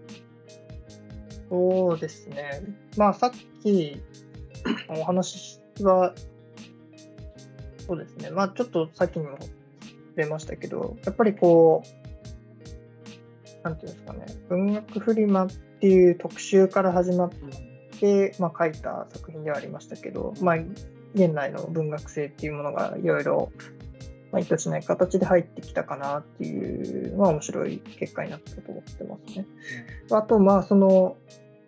そうですね。まあさっきお話はそうですね。まあちょっとさっきにも出ましたけど、やっぱりこうなんていうんですかね、文学フリマっていう特集から始まって、まあ、書いた作品ではありましたけど、まあ、現代の文学性っていうものがいろいろ意図しない形で入ってきたかなっていうのは面白い結果になったと思ってますね。あと、まあその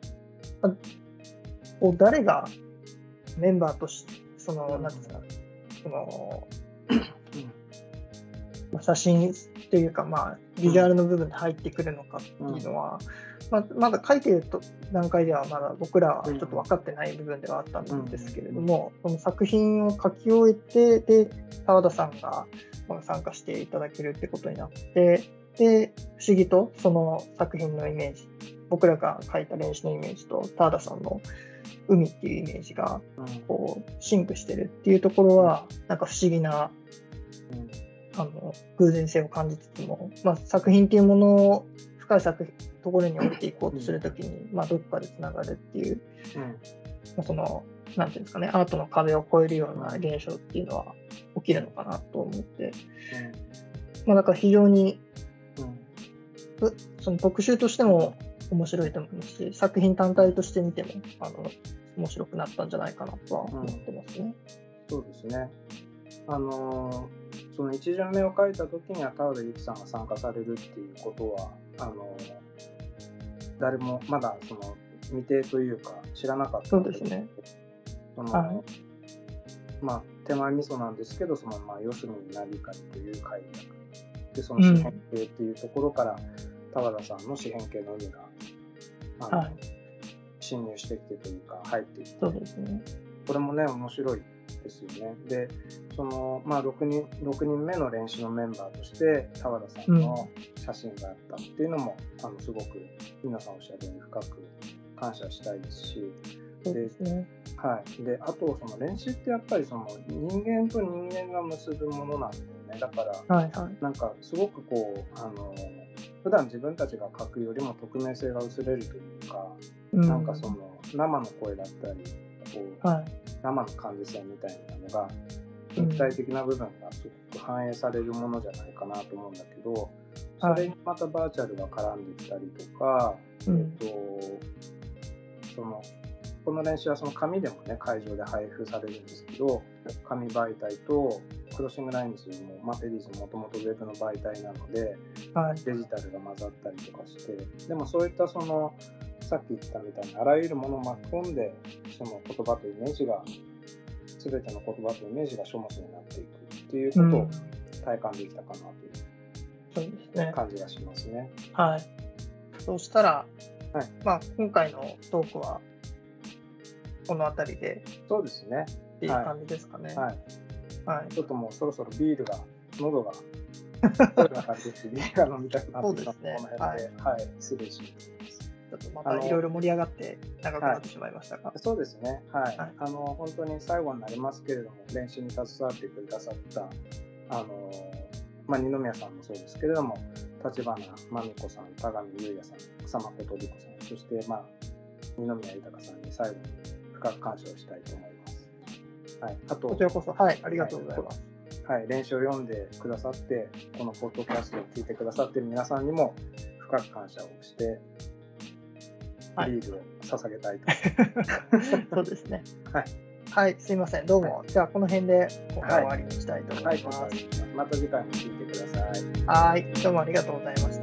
誰がメンバーとしてその何ですか、その写真というか、まあ、ビジュアルの部分で入ってくるのかっていうのは、まだ書いている段階ではまだ僕らはちょっと分かってない部分ではあったんですけれども、この作品を書き終えて、で澤田さんが参加していただけるってことになって、で不思議とその作品のイメージ、僕らが書いた練習のイメージと澤田さんの海っていうイメージがこうシンクしてるっていうところはなんか不思議な偶然性を感じつつも、まあ、作品っていうものを深いところに置いていこうとするときに、まあ、どこかでつながるっていう、まあ、そのなんていうんですかね、アートの壁を越えるような現象っていうのは起きるのかなと思って、まあ、だから非常に、その特集としても面白いと思いますし、作品単体として見ても面白くなったんじゃないかなとは思ってますね。 そうですね。その1巡目を書いた時には田浦由紀さんが参加されるっていうことは誰もまだその未定というか知らなかったので、 そうですね。 まあ手前味噌なんですけど、その四隅になりかりという解釈で、その四辺形っていうところから田原さんの四辺形の海が侵入してきてというか入ってきて、 そうですね。 これもね面白いですよね。で、その6人目の練習のメンバーとして田原さんの写真があったっていうのも、すごく皆さんおっしゃるように深く感謝したいですし、 そうですね。 はい。で、あとその練習ってやっぱりその人間と人間が結ぶものなんだよね。だから、なんかすごくこう普段自分たちが書くよりも匿名性が薄れるというか、なんかその生の声だったりこう、生の感受性みたいなのが肉体的な部分がすごく反映されるものじゃないかなと思うんだけど、それにまたバーチャルが絡んできたりとか、この練習はその紙でもね会場で配布されるんですけど、紙媒体とクロッシングラインズもマテリーズもともとウェブの媒体なので、デジタルが混ざったりとかして、でもそういったそのさっき言ったみたいなあらゆるものを巻き込んで、その言葉とイメージが全ての言葉とイメージが書物になっていくっていうことを体感できたかなという感じがしますね。 はい。そうしたら、まあ今回のトークはこの辺りで、 そうですね。 っていう感じですかね。 ちょっともうそろそろビールが喉が声が出てビールが飲みたくなってきたので、この辺で、失礼します。 ちょっとまたいろいろ盛り上がって長くなってしまいましたが、 そうですね。本当に最後になりますけれども、練習に携わってくださった二宮さんもそうですけれども、立花真美子さん、田上優也さん、草間琴理子さん、そして二宮豊さんに最後に深く感謝をしたいと思います。あとこちらこそ、ありがとうございます。 練習を読んでくださって、このポッドキャストを聞いてくださっている皆さんにも深く感謝をして、ビールを捧げたいと思います。 そうですね。すいません。どうも。じゃあこの辺で今回終わりにしたいと思います。 また次回も聞いてください。 どうもありがとうございました。